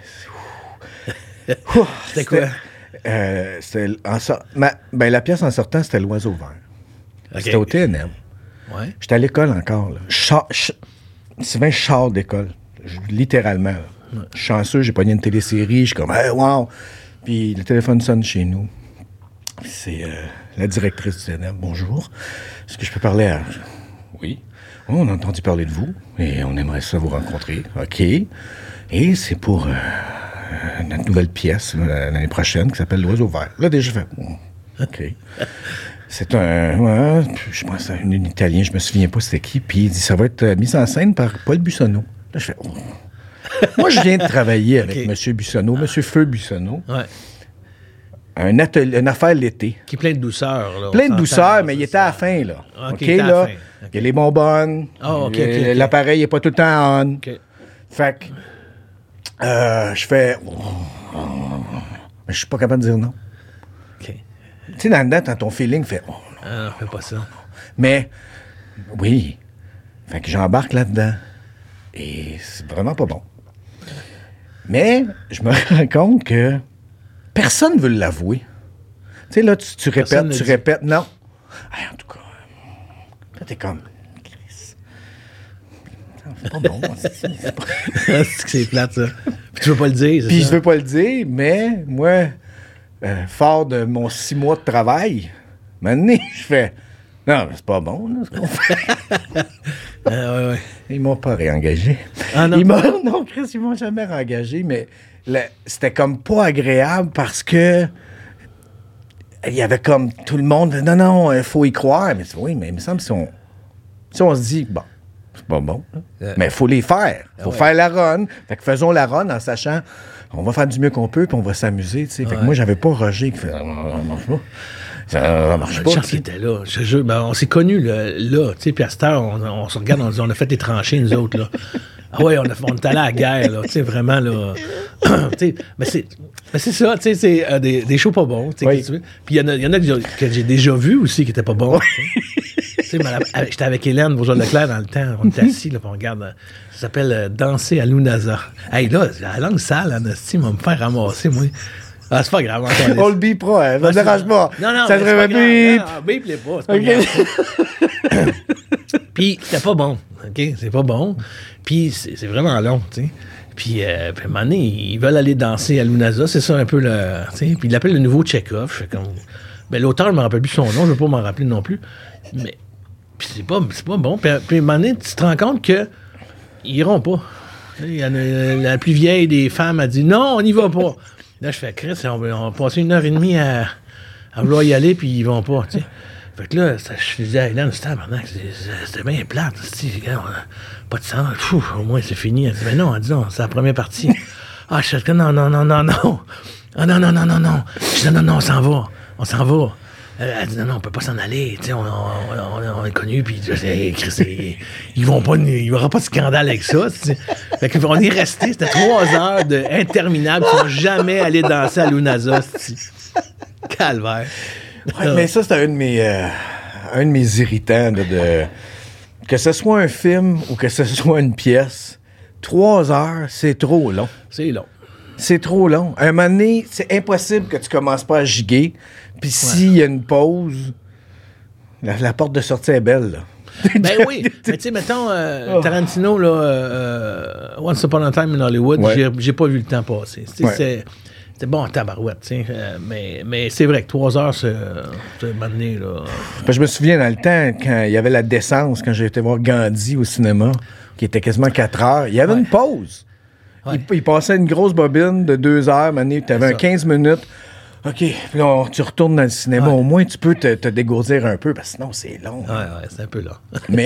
Ouh, c'était quoi? Euh, c'était en so- ma, ben, la pièce en sortant, c'était L'Oiseau vert. Okay. C'était au T N M. Ouais. J'étais à l'école encore. Là. Char, ch- Sylvain, je sors d'école. Je, littéralement. Ouais. Je suis chanceux, j'ai pogné une télésérie. Je suis comme, hey, wow! Puis le téléphone sonne chez nous. C'est euh, la directrice du T N M. Bonjour. Est-ce que je peux parler à... Oui. Oh, on a entendu parler de vous et on aimerait ça vous rencontrer. OK. Et c'est pour... Euh, notre nouvelle pièce là, l'année prochaine qui s'appelle L'Oiseau vert. Là, déjà, je fais... OK. C'est un... Ouais, je pense à un, un Italien, je me souviens pas c'était qui, puis il dit, ça va être euh, mis en scène par Paul Buissonneau. Là, je fais... Oh. Moi, je viens de travailler avec okay. M. Buissonneau, M. Feu Buissonneau. Ouais. Un atelier, une affaire l'été. Qui est plein de douceur. Là, plein de douceur, mais il était à la fin, là. OK, okay là. Okay. Il y a les bonbonnes. Oh, okay, okay, okay. L'appareil n'est pas tout le temps on. Okay. Fait que... Euh, je fais... Mais je suis pas capable de dire non. OK. Tu sais, dans le dedans, dans ton feeling, fait... Oh, non, ah, non, fais pas ça. Mais, oui. Fait que j'embarque là-dedans. Et c'est vraiment pas bon. Mais, je me rends compte que personne ne veut l'avouer. Tu sais, là, tu, tu répètes, tu répètes. Non. Hey, en tout cas, là, t'es comme... C'est pas bon. C'est, c'est, pas... c'est que c'est plate, ça. Puis tu veux pas le dire, c'est Puis ça? je veux pas le dire, mais moi, euh, fort de mon six mois de travail, maintenant, je fais... Non, c'est pas bon, là, ce qu'on fait. ah, ouais, ouais. Ils m'ont pas réengagé. Ah non? Ils m'ont... Non, Chris, ils m'ont jamais réengagé, mais là, c'était comme pas agréable parce que il y avait comme tout le monde... Non, non, il faut y croire. Mais oui, mais il me semble que si on, si on se dit... Bon, c'est pas bon. Euh, mais il faut les faire. Il faut ouais. faire la run. Fait que faisons la run en sachant on va faire du mieux qu'on peut puis on va s'amuser. Tu sais. Fait ouais. que moi, j'avais pas Roger qui fait... Ça, ça marche Une pas. chance qu'il était là. Je te jure, ben, on s'est connus là, là tu sais, puis à cette heure, on, on se regarde, on dit, on a fait des tranchées, nous autres, là. Ah ouais, on, a, on est allé à la guerre, là, tu sais, vraiment, là. Tu sais, mais c'est, mais c'est ça, tu sais, c'est euh, des, des shows pas bons, tu sais, Oui. qu'est-ce que tu veux. Puis il y en a, y en a que, j'ai, que j'ai déjà vus aussi qui étaient pas bons. Tu sais, madame- avec- j'étais avec Hélène Bourgeois-Leclerc dans le temps, on était assis, là, puis on regarde, euh, ça s'appelle euh, Danser à Lunaza. Hey, là, la langue sale, Anastie, va me faire ramasser, moi. Ah, c'est pas grave, encore. On le bip pas, hein, ça me dérange pas. Non, non, ça mais te c'est pas grave. bip. Non, non, bip les pas, c'est pas Ok. grave. Puis c'était pas bon, OK? C'est pas bon. Puis c'est, c'est vraiment long, tu sais. Puis, euh, puis à un moment donné, ils veulent aller danser à Lunaza, c'est ça un peu le... Tu sais, puis ils l'appellent le nouveau Tchekhov. Je fais comme... Ben, l'auteur, je me rappelle plus son nom, je veux pas m'en rappeler non plus. Mais... Puis c'est pas, c'est pas bon. Puis, puis à un moment donné, tu te rends compte que ils iront pas. Il y en a, la plus vieille des femmes a dit « Non, on n'y va pas. » Là, je fais « Chris, on va, on va passer une heure et demie à, à vouloir y aller, puis ils vont pas, tu sais. » Fait que là, ça, je disais à Hélène, c'était tabarnak, c'était bien plate. Regarde, pas de sang. Fou, au moins, c'est fini. Elle dit « Mais non, elle dit non, c'est la première partie. » Ah, je suis non, non, non, non, non. Ah, non, non, non, non, non. Je dis « Non, non, on s'en va. On s'en va. » Elle dit « Non, non, on peut pas s'en aller. Tu sais, on, on, on, on est connus, puis hey, Chris, ils vont pas, il y aura pas de scandale avec ça. » Fait qu'on est resté, c'était trois heures de interminables qui sont jamais allés danser à Lunaza. Calvaire. Ouais, mais ça, c'est un de mes, euh, un de mes irritants de, de- que ce soit un film ou que ce soit une pièce. Trois heures, c'est trop long. C'est long. C'est trop long. À un moment donné, c'est impossible que tu commences pas à giguer. Puis s'il y a une pause, la, la porte de sortie est belle, là. Ben oui, mais tu sais, mettons, euh, Tarantino, là, euh, Once Upon a Time in Hollywood, Ouais. j'ai, j'ai pas vu le temps passer. Tu sais, Ouais. c'est, c'est bon en tabarouette, tu sais, euh, mais, mais c'est vrai que trois heures, c'est, c'est un moment donné, là. Parce que je me souviens dans le temps, quand il y avait la décence, quand j'ai été voir Gandhi au cinéma, qui était quasiment quatre heures, il y avait Ouais. une pause. Ouais. Il, il passait une grosse bobine de deux heures, tu avais un ça. quinze minutes. OK, puis là, on- tu retournes dans le cinéma. Ouais. Au moins, tu peux te, te dégourdir un peu, parce que sinon, c'est long. Ouais, ouais, c'est un peu là. Mais,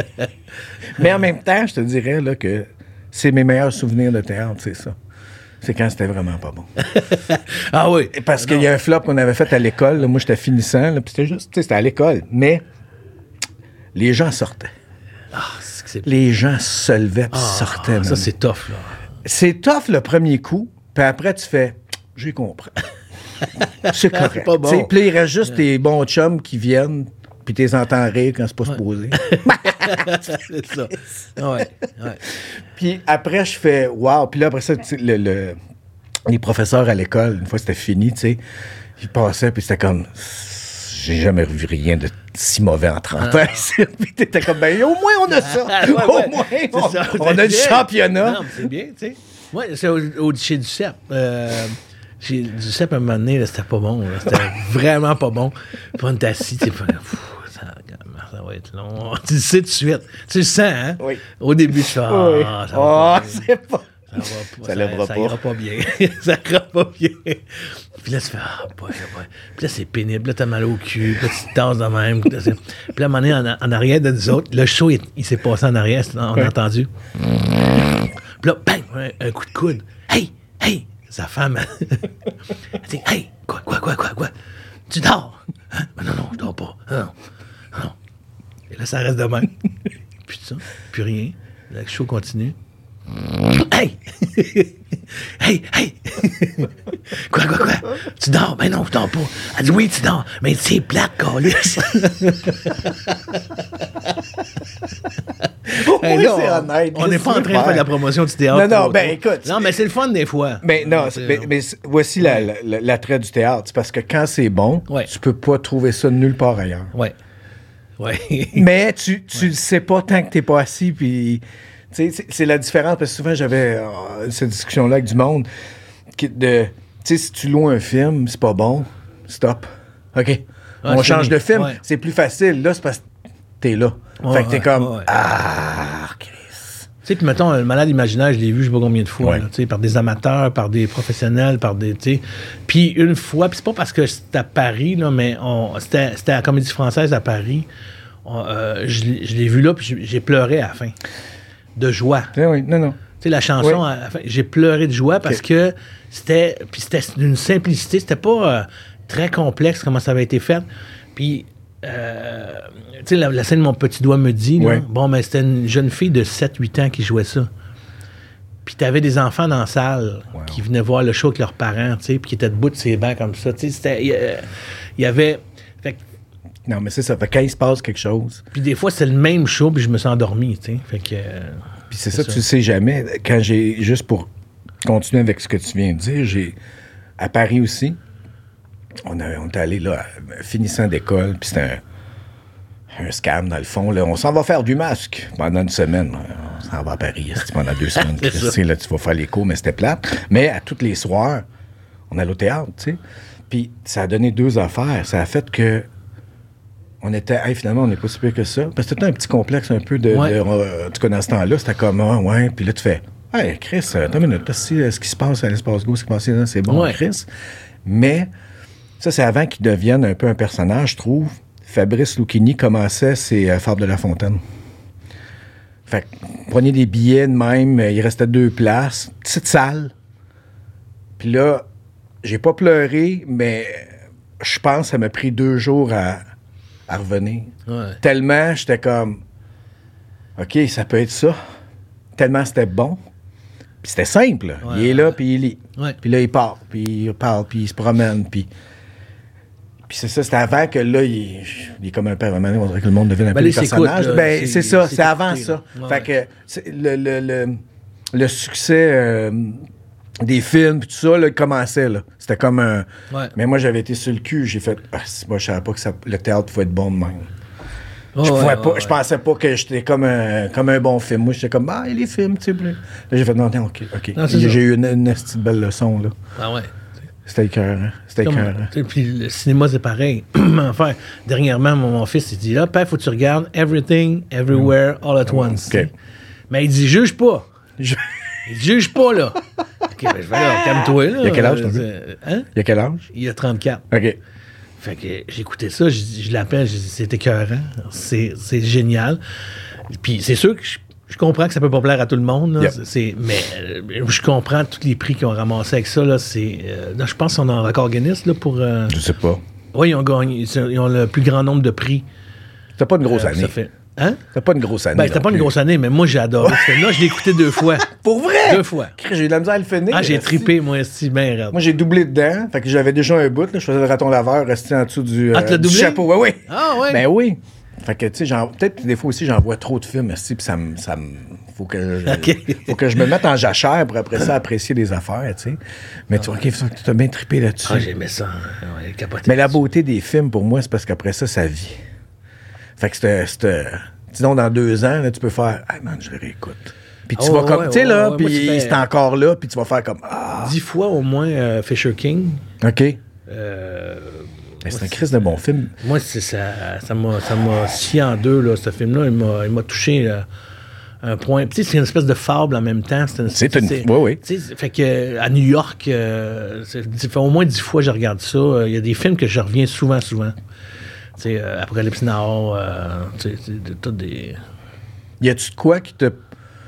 mais en même temps, je te dirais là, que c'est mes meilleurs souvenirs de théâtre, c'est ça. C'est quand c'était vraiment pas bon. Ah oui. Parce qu'il y a un flop qu'on avait fait à l'école. là. Moi, j'étais finissant. là, puis c'était juste, tu sais, c'était à l'école. Mais les gens sortaient. Ah, c'est que c'est... Les gens se levaient puis Ah, sortaient. ça, man. c'est tough, là. C'est tough le premier coup. Puis après, tu fais, j'ai compris. C'est correct. C'est pas bon. Tu sais, Puis là, il reste juste tes bons chums qui viennent. Puis tu les entends rire quand c'est pas supposé. C'est ça. Ouais, ouais. Puis après, je fais wow. Puis là, après ça, tu sais, le, le- les professeurs à l'école, une fois que c'était fini, tu sais, ils passaient, puis c'était comme. J'ai jamais vu rien de si mauvais en trente ans. Puis t'étais comme, ben, au moins, on a ça. Ah, ouais, au ouais. moins, C'est on, ça, on c'est a le bien. championnat. Non, mais c'est bien, tu sais. Moi, c'est au, au, chez Duceppe. Euh, chez Duceppe, à un moment donné, là, c'était pas bon. là. C'était vraiment pas bon. Puis on est assis, tu sais, puis on est, Pfff, ça, ça va être long. Tu le sais tout de suite. Tu le sens, hein? Oui. Au début, je fais, ah, Oui. ça va Oh, pas bien. c'est pas. Ça va pas, Ça lèvera ça pas. ira pas bien. Ça ira pas bien. Puis là, tu fais, ah, boy, boy. Puis là, c'est pénible. Là, t'as mal au cul. Puis là, tu te tasses de même. Puis là, c'est- puis là, à un moment donné, en, en arrière de nous autres, le show, il, il s'est passé en arrière. On a Ouais. entendu. Puis là, bang, un, un coup de coude. Hey, hey, sa femme, elle dit, hey, quoi, quoi, quoi, quoi, quoi? Tu dors? Hein? Ben non, non, je dors pas. Non, non, non. Et là, ça reste de même. Puis ça, puis rien. Le show continue. Hey! Hey, hey! Quoi, quoi, quoi? Tu dors? Ben non, je dors pas. Elle dit oui, tu dors. Mais c'est plate, câlisse. Au moins, Hey, là, c'est on- honnête. On n'est pas en train de faire de la promotion du théâtre. Non, non, trop, ben, trop. écoute. Non, mais c'est le fun des fois. Mais non, Donc, c'est- euh, mais, mais c'est- voici la- la- la- l'attrait du théâtre. C'est parce que quand c'est bon, Ouais. tu peux pas trouver ça nulle part ailleurs. Ouais. Ouais. Mais tu tu le sais pas tant que t'es pas assis. Puis, tu sais, c'est- c'est la différence. Parce que souvent, j'avais euh, cette discussion-là avec du monde. qui- de, tu sais, si tu loues un film, c'est pas bon, stop. OK. On c'est change fini. de film. Ouais. C'est plus facile. Là, c'est parce que t'es là. Ouais, fait que t'es ouais, comme, ouais, ouais. ah, Chris. Tu sais, puis mettons, le malade imaginaire, je l'ai vu je sais pas combien de fois, Ouais. là, tu sais, par des amateurs, par des professionnels, par des, tu sais. Puis une fois, puis c'est pas parce que c'était à Paris, là, mais on, c'était, c'était à la Comédie Française à Paris. On, euh, je, l'ai- je l'ai vu là, puis j'ai, j'ai pleuré à la fin. De joie. Eh oui, non, non. Tu sais, la chanson, Oui. à la fin, j'ai pleuré de joie parce Ok. que c'était, puis c'était d'une simplicité, c'était pas... euh, très complexe, comment ça avait été fait. Puis, euh, tu sais, la, la scène de Mon petit doigt me dit, là, Ouais. bon, ben, c'était une jeune fille de sept huit ans qui jouait ça. Puis t'avais des enfants dans la salle Wow. qui venaient voir le show avec leurs parents, tu sais, puis qui étaient debout de ces bancs comme ça. Tu sais, c'était... Il euh, y avait... Fait que, Non, mais c'est ça. Fait que quand il se passe quelque chose, puis des fois, c'est le même show, puis je me suis endormi, tu sais. Fait que... euh, puis c'est C'est ça, ça. tu sais jamais. Quand j'ai, juste pour continuer avec ce que tu viens de dire, j'ai, à Paris aussi, on, a, on est allé là, finissant d'école, puis c'était un, un scam dans le fond. Là. On s'en va faire du masque pendant une semaine. On s'en va à Paris c'est pendant deux semaines. C'est Christy, là, tu vas faire les cours, mais c'était plate. Mais à tous les soirs, on allait au théâtre, tu sais. Puis ça a donné deux affaires. Ça a fait que on était, hey, finalement, on n'est pas si pire que ça. Parce que c'était un petit complexe un peu de. Ouais. de euh, tu connais dans ce temps-là, c'était comme, ah, ouais. Puis là, tu fais, hey, Chris, attends une minute, là, si, euh, ce qui se passe à l'Espace Go, ce qui se passe là, c'est bon, Ouais. Chris. Mais ça, c'est avant qu'il devienne un peu un personnage, je trouve. Fabrice Lucchini commençait ses euh, Fables de La Fontaine. Fait que, prenez des billets de même, euh, il restait deux places, petite salle. Puis là, j'ai pas pleuré, mais je pense que ça m'a pris deux jours à, à revenir. ouais. Tellement, j'étais comme, OK, ça peut être ça. Tellement c'était bon. Puis c'était simple. Là. Ouais, il est ouais, là, ouais. puis il lit. Ouais. Puis là, il part, puis il parle, puis il se promène, puis... Puis c'est ça, c'était avant que là, il, il est comme un père. À un moment donné, on dirait que le monde devient un Ben peu là, des il s'écoute, personnages. là. Ben, C'est- c'est ça, c'est c'est avant écouté, ça. là. Ouais, fait que c'est- le, le, le, le succès euh, des films, puis tout ça, là, il commençait. Là. C'était comme un... Ouais. Mais moi, j'avais été sur le cul. J'ai fait... Ah, c'est- moi, je savais pas que ça- le théâtre pouvait être bon de même. Ouais, je, ouais, pouvais ouais, pas, ouais. je pensais pas que j'étais comme un, comme un bon film. Moi, j'étais comme, ah, les films, tu sais. Puis là, j'ai fait, non, non, OK, OK. Non, c'est j'ai ça. j'ai eu une, une petite belle leçon, là. Ah ouais. C'était écœurant. C'était Comme- écœurant. tu sais, puis le cinéma, c'est pareil. Enfin, dernièrement, mon, mon fils, il dit là, père, faut que tu regardes Everything, Everywhere, All at Once. OK. tu sais. Mais il dit, juge pas. Je- Il dit, juge pas, là. OK, ben, je vais là, calme-toi, là. Il a quel âge, ton Euh, Hein? Il y a quel âge? Il a trente-quatre. OK. Fait que j'ai écouté ça, je, je l'appelle, je dis, c'est écœurant, c'est, c'est génial. Puis c'est sûr que je, je comprends que ça peut pas plaire à tout le monde, là, Yep. c'est, c'est- mais euh, je comprends tous les prix qu'ils ont ramassés avec ça. Là, c'est, euh, là, je pense qu'on a un record Guinness là, pour... euh, Je sais pas. oui, ils ont gagné, ils ont le plus grand nombre de prix. C'était pas une grosse Euh, année. ça fait... Hein? C'était pas une grosse année. Ben, c'était non pas une plus. grosse année, mais moi, j'ai adoré ce film-là. Je l'ai écouté deux fois. Pour vrai? Deux fois. Crée, j'ai eu de la misère à le finir. Ah, j'ai esti. trippé, moi, si bien raide. Moi, j'ai doublé dedans. Fait que j'avais déjà un bout. Là. Je faisais le raton laveur resté en dessous du, Ah, tu l'as du doublé? chapeau. Ouais, oui. Ah, ouais? Ben oui. Fait que, tu sais, j'en- peut-être des fois aussi, j'en vois trop de films, esti, puis ça me. Ça me faut, que je, Ok. faut que je me mette en jachère pour après ça apprécier les affaires, tu sais. Mais tu vois, OK, faut que tu as bien trippé là-dessus. Ah, j'aimais ça. Ouais, capoté. Mais la beauté des films, pour moi, c'est parce qu'après ça, ça vit. Fait que c'était. c'était- Disons, dans deux ans, là, tu peux faire. Ah, man, je le réécoute. Puis tu Oh, vas comme. ouais, tu sais, ouais, là, ouais, puis moi, tu fais- c'est encore là, puis tu vas faire comme. Ah, Dix fois au moins euh, Fisher King. OK. Euh, Mais c'est un crise de bon film. Moi, c'est ça, ça m'a, ça m'a scié en deux, là, ce film-là. Il m'a, il m'a touché là, un point. Puis, tu sais, c'est une espèce de fable en même temps. C'est, une- C'est une- oui, oui. tu sais, fait que à New York, euh, c'est- ça fait au moins dix fois que je regarde ça. Il y a des films que je reviens souvent, souvent. Tu sais, euh, Apocalypse Now, euh, tu sais, c'est de- tout des... Y a-tu de quoi qui te.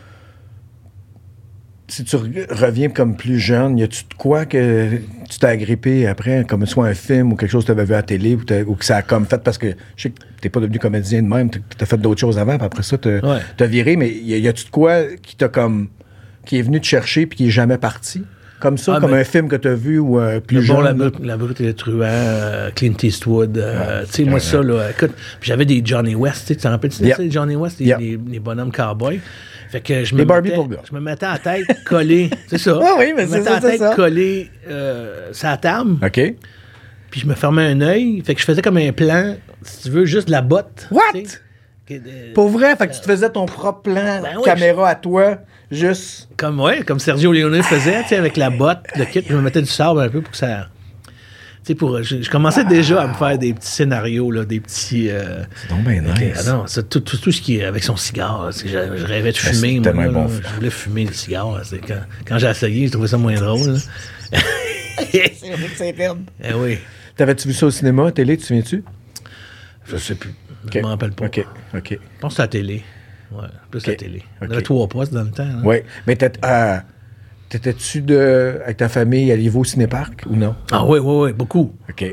Si tu re- reviens comme plus jeune, y a-tu de quoi que tu t'es agrippé après, comme soit un film ou quelque chose que tu avais vu à la télé ou, t'as- ou que ça a comme fait, parce que je sais que t'es pas devenu comédien de même, tu as fait d'autres choses avant, puis après ça, t'as Ouais. t'as viré, mais y, a- y a-tu de quoi qui t'a comme. Qui est venu te chercher puis qui est jamais parti? Comme ça, Ah, comme ben, un film que tu as vu ou un plus Le jeune? bon, la là? brute, la brute et le truand, euh, Clint Eastwood. euh, Ouais, tu sais, moi, ça, carrément. là, écoute, puis j'avais des Johnny West, tu sais, tu t'en rappelles-tu de Yep. ça, les Johnny West, les, Yep. les, les bonhommes cowboys? Fait que je me Les Barbie mettais, pour gars. je me mettais à la tête collée, c'est ça. Ah oui, mais je me c'est mettais ça, à la c'est tête ça. collée euh, sur la table, OK. puis je me fermais un œil, fait que je faisais comme un plan, si tu veux, juste la botte. What? tu sais, que, euh, Pour vrai, fait que tu te faisais ton propre plan, Ben oui, caméra à toi, juste. Comme, ouais, comme Sergio Leone faisait, tu sais, avec la botte, le kit, je me mettais du sable un peu pour que ça... Tu sais, pour... Je, je commençais déjà à me faire des petits scénarios, là, des petits... euh, C'est donc bien ok, nice. ah non, c'est tout, tout, tout ce qui est avec son cigare, là, c'est que je, je rêvais de c'est fumer, moi, tellement là, bon là. film. Je voulais fumer le cigare, là, c'est quand, quand j'ai essayé, je trouvais ça moins drôle, là. C'est vrai que c'est raide. Eh oui, T'avais-tu vu ça au cinéma, à télé, tu te souviens-tu? je sais plus, OK. je m'en rappelle pas. OK, OK. Je pense que c'est la télé, ouais, plus la OK. télé. OK. On avait trois postes dans le temps, hein. Oui. Mais t'étais, euh, t'étais-tu de, avec ta famille, alliez-vous au cinéparc ou non? Ah oui, oui, oui, beaucoup. OK.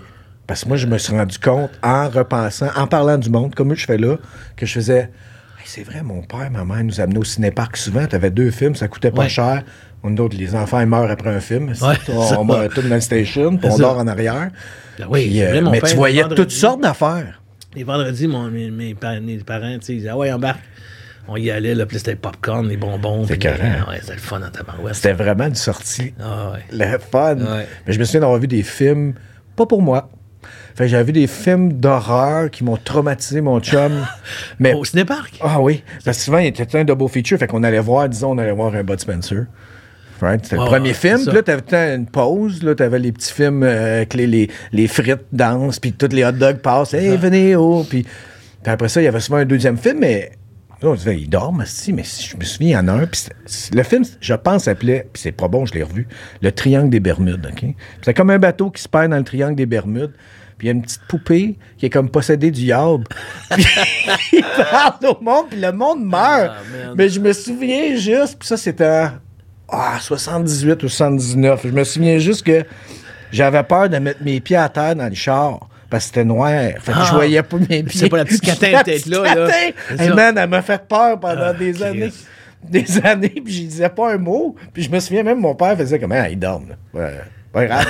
Parce que moi, je me suis rendu compte, en repensant, en parlant du monde, comme je fais là, que je faisais... Hey, c'est vrai, mon père, ma mère nous amenaient au cinéparc souvent. T'avais deux films, ça coûtait pas Ouais. cher. On d'autres, les enfants, ils meurent après un film. Ouais, on on retourne dans le station, puis on ça. dort en arrière. Ben oui, Puis, c'est euh, vrai, mon mais père, tu voyais vendredi- toutes sortes d'affaires. Les vendredis, mon, mes, mes, pa- mes parents, tu sais, ils disaient, ah ouais, embarque. On y allait, là, puis c'était le popcorn, les bonbons. C'est puis, écœurant. ah ouais, c'était le fun dans ta barouette. C'était vraiment une sortie. Ah ouais. Le fun. Ouais. Mais je me souviens d'avoir vu des films, pas pour moi. Fait que j'avais vu des films d'horreur qui m'ont traumatisé, mon chum. Mais, Au cinéparc? ah oui, parce que souvent, il était un double feature, fait qu'on allait voir, disons, on allait voir un Bud Spencer. Right? C'était Ouais, le premier ouais, film, c'est puis ça. là, t'avais tout le temps une pause, là, t'avais les petits films euh, avec les, les, les frites dansent, puis tous les hot dogs passent, « Hey, venez, oh! » Puis puis après ça, il y avait souvent un deuxième film, mais là, on disait, il dort, si, mais si, je me souviens, il y en a un, puis c'est- le film, je pense, s'appelait, puis c'est pas bon, je l'ai revu, Le Triangle des Bermudes, OK? Puis c'est comme un bateau qui se perd dans le Triangle des Bermudes, puis il y a une petite poupée qui est comme possédée du diable. Puis il parle au monde, puis le monde meurt. Ah, merde. Mais je me souviens juste, puis ça, c'était en ah, soixante-dix-huit ou soixante-dix-neuf. Je me souviens juste que j'avais peur de mettre mes pieds à terre dans le char. Parce que c'était noir. Fait que Ah, je voyais pas mes pieds. c'est pas la petite catin La peut-être petite là, là. catin. C'est Hey ça. man, elle m'a fait peur pendant Ah, des Christ. années. Des années, puis je disais pas un mot. Puis je me souviens même, mon père faisait comme, ah, il dort, là. Ouais, pas grave.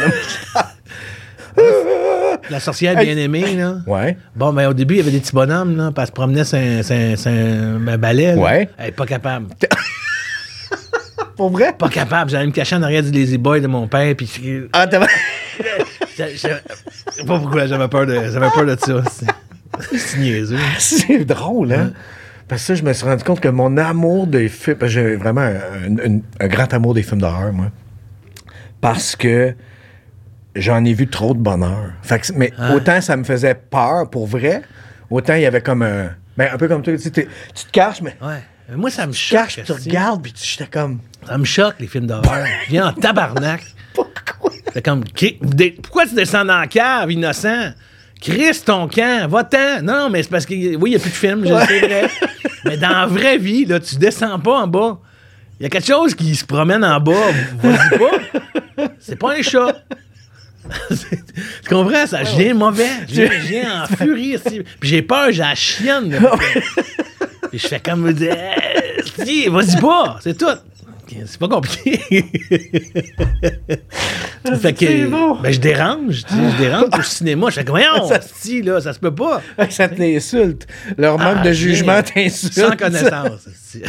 La sorcière bien-aimée, là. Ouais. Bon, ben au début, il y avait des petits bonhommes, là, puis elle se promenait sur un, sur un- sur un- un balai. Là. Ouais. Elle est pas capable. Pour vrai? Pas capable. J'allais me cacher en arrière du Lazy Boy de mon père, puis... je- Ah, t'as... je- je sais pas pourquoi, j'avais peur de, j'avais peur de ça. C'est, c'est niaiseux. C'est drôle, hein? Parce que ça, je me suis rendu compte que mon amour des films... Parce que j'ai vraiment un, un- un grand amour des films d'horreur, moi. Parce que j'en ai vu trop de bonheur. Fait que, mais Hein? autant ça me faisait peur, pour vrai, autant il y avait comme un... Ben, un peu comme toi, tu sais, t'es- tu te caches, mais... Ouais. Mais moi, ça me Tu te choque. caches, puis tu esti. regardes, puis tu j'étais comme... Ça me choque, les films d'horreur. Je viens en tabarnak. Pourquoi? C'est comme, Qui- des- pourquoi tu descends dans la cave, innocent? Chris, ton camp, va-t'en. Non, non, mais c'est parce que, oui, il n'y a plus de films, je le sais, vrai. Mais dans la vraie vie, là, tu descends pas en bas. Il y a quelque chose qui se promène en bas. Vas-y pas. C'est pas un chat. C'est- tu comprends ça? Je viens mauvais. Je viens, je viens en furie. esti. Puis j'ai peur, j'ai la chienne. là. Puis je fais comme me dire, Eh, si, vas-y pas. C'est tout. C'est pas compliqué. Fait que, C'est bon. ben, je dérange. tu sais, Je dérange au cinéma. Je fais comme, voyons, Ça- esti, là, ça se peut pas. Ça t'insulte. Leur manque Ah, de je jugement viens t'insulte. Sans connaissance. esti.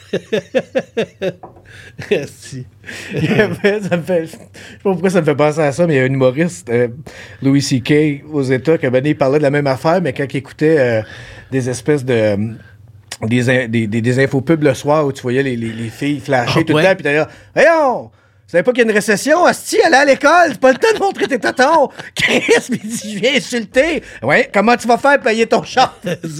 Esti. Il y avait- ça me fait, je sais pas pourquoi ça me fait penser à ça, mais il y a un humoriste, euh, Louis C K, aux États, qui a il parlait de la même affaire, mais quand il écoutait euh, des espèces de... euh, Des, in- des, des, des infopubs le soir où tu voyais les, les, les filles flasher Ah, tout ouais. le temps, puis t'es là, « Voyons! Vous savez pas qu'il y a une récession? Asti, allez à l'école! C'est pas le temps de montrer tes tatons! » Chris, il dit, je viens insulter! Ouais, comment tu vas faire pour payer ton chat?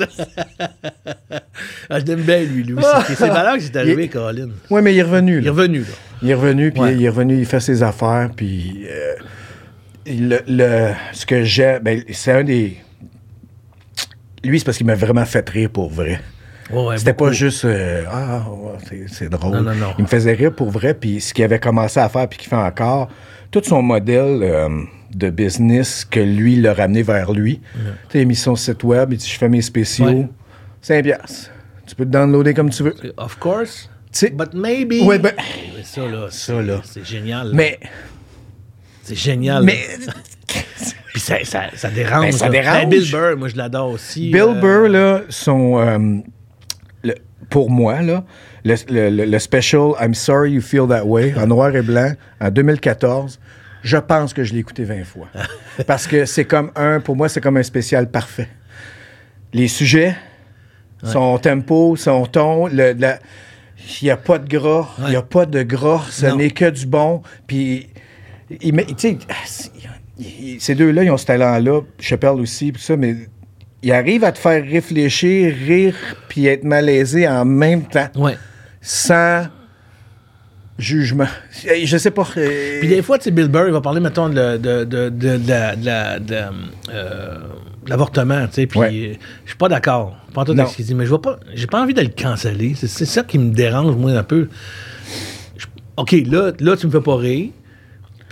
Ah, je l'aime bien, lui, lui aussi. C'est malin que c'est arrivé, Il- Colin. Ouais, mais il est revenu, Il est là. revenu, là. Il est revenu, puis Ouais. il est revenu, il fait ses affaires, puis euh, le, le- ce que j'ai, ben, c'est un des... Lui, c'est parce qu'il m'a vraiment fait rire pour vrai. Ouais, ouais, C'était beaucoup. pas juste euh, ah, ouais, c'est, c'est drôle. Non, non, non. Il me faisait rire pour vrai, puis ce qu'il avait commencé à faire, puis qu'il fait encore, tout son modèle euh, de business que lui l'a ramené vers lui. Tu sais, il a mis son site web, il dit je fais mes spéciaux, Ouais. cinq piastres. Tu peux te downloader comme tu veux. Tu Of course. sais, But maybe. Ouais, ben- Mais ça, là. Ça, c'est- là. C'est génial. là. mais C'est génial. mais là. Puis ça, ça, ça dérange. Ben, ça là. dérange. Ben, Bill Burr, moi, je l'adore aussi. Bill euh, Burr, là, son. euh, le- pour moi, là, le, le- le- le special I'm Sorry You Feel That Way, en noir et blanc, en deux mille quatorze, je pense que je l'ai écouté vingt fois. Parce que c'est comme un. Pour moi, c'est comme un spécial parfait. Les sujets, son tempo, son ton, le. la- il n'y a pas de gras, il n'y a Ouais. pas de gras, ce Non. n'est que du bon. Puis, il met- tu sais, ah, c'est- il- ces deux-là, ils ont ce talent-là, Chappelle aussi, puis ça, mais ils arrivent à te faire réfléchir, rire, puis être malaisé en même temps, Ouais. sans jugement. Je sais pas. euh, Puis des fois, tu sais, Bill Burr, il va parler, mettons, de, de, de, de, de la- de la- de, euh, de l'avortement, tu sais, puis Ouais. euh, je suis pas d'accord. Pas tout Non. avec ce qu'il dit, mais je vois pas, j'ai pas envie de le canceller. C'est, c'est ça qui me dérange, moi, un peu. Je- OK, là, là, tu me fais pas rire. Puis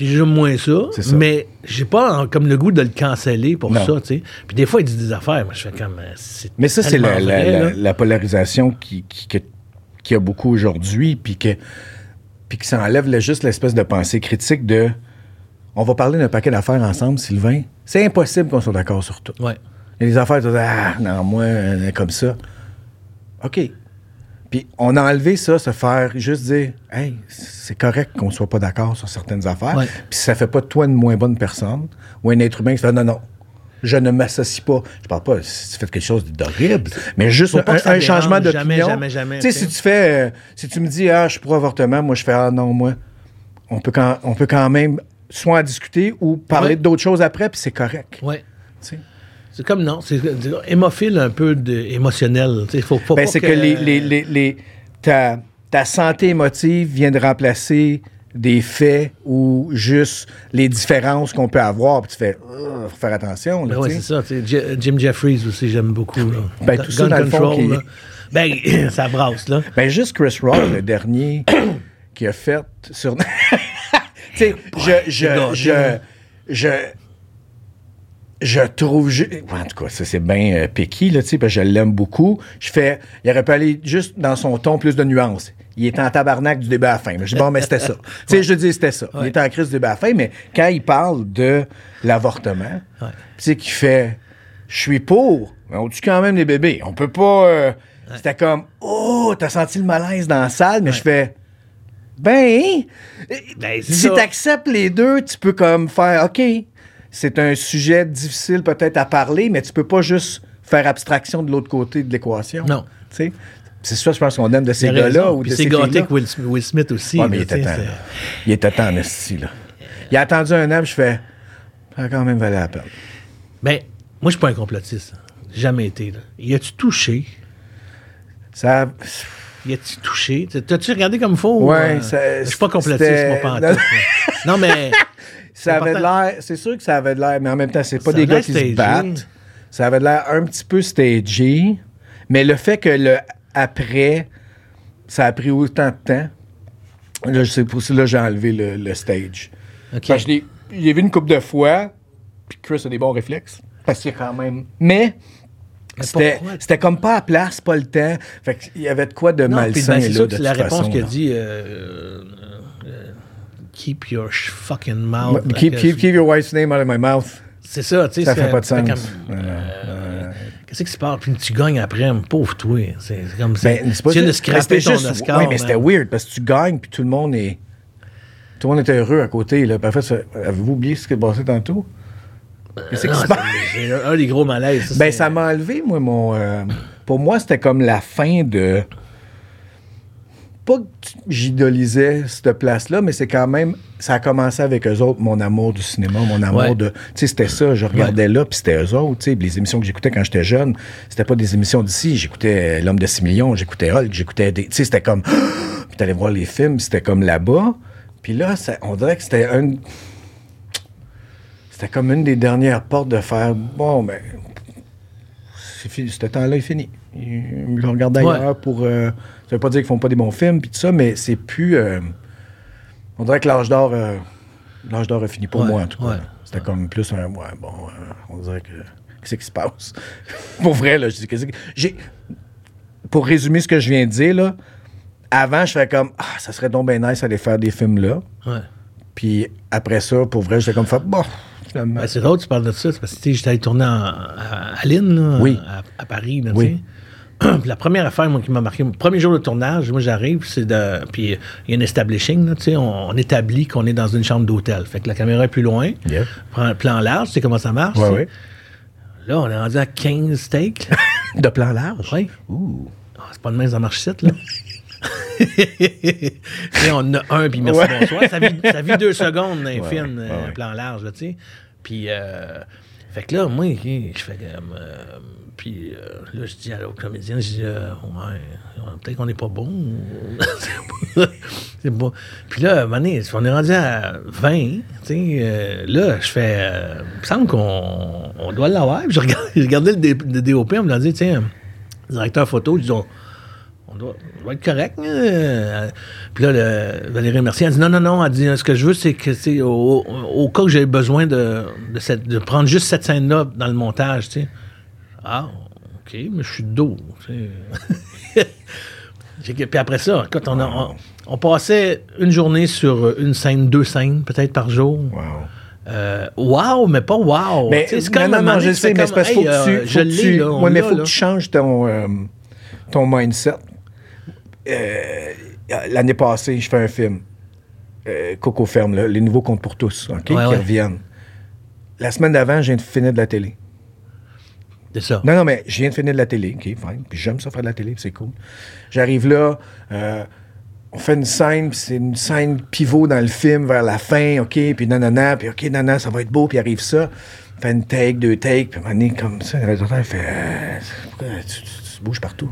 Puis j'aime moins ça, ça. mais j'ai pas en, comme le goût de le canceller pour non. ça, tu sais. Puis des fois, il dit des affaires, moi je fais comme... C'est mais ça, c'est la, vrai, la, la, la polarisation qui, qui, qui, qui a beaucoup aujourd'hui, puis que puis que ça enlève là, juste l'espèce de pensée critique de « On va parler d'un paquet d'affaires ensemble, Sylvain. » C'est impossible qu'on soit d'accord sur tout. Ouais. Il y a des affaires, tu dis « Ah, non, moi, euh, comme ça. » OK. Puis on a enlevé ça, se faire juste dire « Hey, c'est correct qu'on soit pas d'accord sur certaines affaires. Ouais. » Puis ça fait pas de toi une moins bonne personne ou un être humain qui fait « Non, non, je ne m'associe pas. » Je parle pas si tu fais quelque chose d'horrible, mais juste un, un changement d'opinion. Jamais, jamais, jamais. Tu sais, si tu fais... Euh, si tu me dis « Ah, je suis pour avortement », moi, je fais « Ah, non, moi, on peut quand, on peut quand même soit en discuter ou parler ouais. d'autres choses après, puis c'est correct. » Oui. Tu sais. C'est comme non, c'est hémophile un peu de, émotionnel. Faut, faut ben, pas c'est que, que les, les, les, les, ta, ta santé émotive vient de remplacer des faits ou juste les différences qu'on peut avoir. Puis tu fais, faut faire attention. Ben oui, c'est ça. Jim Jeffries aussi, j'aime beaucoup. Là. Ben, tout ça, dans le fond, qui... ben, ça brasse, là. Ben, juste Chris Rock, le dernier, qui a fait sur... tu sais, je... je, je, je Je trouve... Je... En tout cas, ça, c'est bien euh, picky, là, tu sais, parce que je l'aime beaucoup. Je fais... Il aurait pu aller juste dans son ton plus de nuances. Il est en tabarnak du débat à la fin. Je dis, bon, mais c'était ça. Tu sais, ouais. je dis, c'était ça. Ouais. Il est en crise du débat à la fin, mais quand il parle de l'avortement, ouais. tu sais, qu'il fait... Je suis pour, mais on tue quand même les bébés. On peut pas... Euh... Ouais. C'était comme... Oh, t'as senti le malaise dans la salle, mais ouais. je fais... Ben... ben si t'acceptes les deux, tu peux comme faire... OK... C'est un sujet difficile peut-être à parler, mais tu peux pas juste faire abstraction de l'autre côté de l'équation. Non. Tu sais? C'est ça, je pense qu'on aime de ces gars-là. Ou de c'est gâté que Will, Will Smith aussi. Ouais, mais là, il, était temps, il était temps en esti, là. Il a attendu un an, puis je fais... Ça a quand même valu la peine. Ben, moi, je suis pas un complotiste. Jamais été, là. Y a-tu touché? Ça... Y a-tu touché? T'as-tu regardé comme il faut? Ouais, ou, ça... euh... Je suis pas complotiste, moi, pas en tout. Non, mais... Ça avait de l'air... C'est sûr que ça avait de l'air, mais en même temps, c'est pas ça des gars qui stagé. se battent. Ça avait de l'air un petit peu stagé, mais le fait que le après, ça a pris autant de temps, là, je sais pour ça, là, j'ai enlevé le, le stage. Okay. Parce que je l'ai, je l'ai vu une couple de fois, puis Chris a des bons réflexes, parce qu'il y a quand même... Mais... C'était, c'était comme pas à place, pas le temps. Fait qu'il y avait de quoi de non, malsain, ben, c'est là, sûr que de c'est la réponse façon, qu'il là. a dit... Euh, euh, Keep your fucking mouth. Keep, keep, keep your wife's name out of my mouth. C'est ça, tu sais. Ça fait pas de sens. Comme, euh, qu'est-ce qui se passe? Puis tu gagnes après, pauvre toi. C'est, c'est comme ça. Ben, c'est pas tu viens de scraper ton juste, Oscar. Oui, mais c'était weird parce que tu gagnes puis tout le monde est. Tout le monde était heureux à côté. Là. Parfait, ça, avez-vous oublié ce qui est passé tantôt? Qu'est-ce qui se passe? C'est un des gros malaises. Ça, ben, ça m'a enlevé, moi, mon. Euh, pour moi, c'était comme la fin de. Pas que j'idolisais cette place-là, mais c'est quand même... Ça a commencé avec eux autres, mon amour du cinéma, mon amour ouais. de... Tu sais, c'était ça, je regardais ouais. là, puis c'était eux autres, tu sais. Les émissions que j'écoutais quand j'étais jeune, c'était pas des émissions d'ici. J'écoutais L'Homme de six millions, j'écoutais Hulk, j'écoutais des... Tu sais, c'était comme... Puis t'allais voir les films, c'était comme là-bas. Puis là, ça, on dirait que c'était un... C'était comme une des dernières portes de faire... Bon, ben... C'est fini, ce temps-là est fini. Ils le regardent ailleurs ouais. pour... Euh, ça veut pas dire qu'ils font pas des bons films puis tout ça, mais c'est plus... Euh, on dirait que l'âge d'or... Euh, l'âge d'or a fini pour ouais, moi, en tout cas. Ouais, C'était ouais. comme plus un... Ouais, bon, euh, on dirait que... Qu'est-ce qui se passe? Pour vrai, là, je dis... Qu'est-ce que... J'ai... Pour résumer ce que je viens de dire, là, avant, je fais comme... Ah, ça serait donc bien nice d'aller faire des films là. Ouais. Puis après ça, pour vrai, j'étais comme... Fait, bon... Ben, c'est drôle, tu parles de ça. C'est parce que j'étais allé tourner en, à, à Lynn, là, oui. à, à Paris. Là, oui. La première affaire moi, qui m'a marqué, le premier jour de tournage, moi j'arrive, c'est de. Puis il y a un establishing, là, on, on établit qu'on est dans une chambre d'hôtel. Fait que la caméra est plus loin, yeah. prend un plan large, tu sais comment ça marche. Ouais, ouais. Là, on est rendu à quinze steaks. De plan large? Oui. Ouh. Oh, c'est pas de même ça marche site, là. Et on a un, puis merci, ouais. bonsoir. Ça vit, ça vit deux secondes, un ouais, film, ouais, un ouais. plan large, tu sais. Puis, euh, fait que là, moi, je fais comme. Euh, puis euh, là, je dis à l'autre comédienne, je dis, euh, ouais, peut-être qu'on n'est pas bon. C'est pas. Puis là, à un moment donné, on est rendu à vingt, tu sais. Euh, là, je fais. Euh, il me semble qu'on on doit l'avoir. Puis je regardais, je regardais le, D, le D O P, on me l'a dit, tiens, directeur photo, je dis, on, on doit, on doit être correct. Euh, puis là, le, Valérie Mercier, elle dit non, non, non. Elle dit ce que je veux, c'est que c'est au, au cas que j'ai besoin de, de, cette, de prendre juste cette scène-là dans le montage, tu sais. Ah, OK, mais je suis de dos. Puis après ça, écoute, on, a, on, on passait une journée sur une scène, deux scènes, peut-être par jour. Wow. Euh, wow, mais pas wow. Mais, c'est comme non, non, non, je sais, mais c'est parce qu'il faut que tu... Euh, je faut que tu là, ouais, mais il faut là. que tu changes ton, euh, ton mindset. Euh, l'année passée, je fais un film. Euh, Coco Ferme, là, Les Nouveaux Comptes pour tous, OK, ouais, qui ouais. reviennent. La semaine d'avant, je viens de finir de la télé. C'est ça. Non, non, mais je viens de finir de la télé, OK, fine. Puis j'aime ça faire de la télé, c'est cool. J'arrive là, euh, on fait une scène, puis c'est une scène pivot dans le film vers la fin, OK, puis nanana, puis OK, nanana, ça va être beau, puis arrive ça. On fait une take, deux takes, puis à un moment donné, comme ça, le réalisateur, il fait euh, pourquoi tu, tu, tu bouges partout?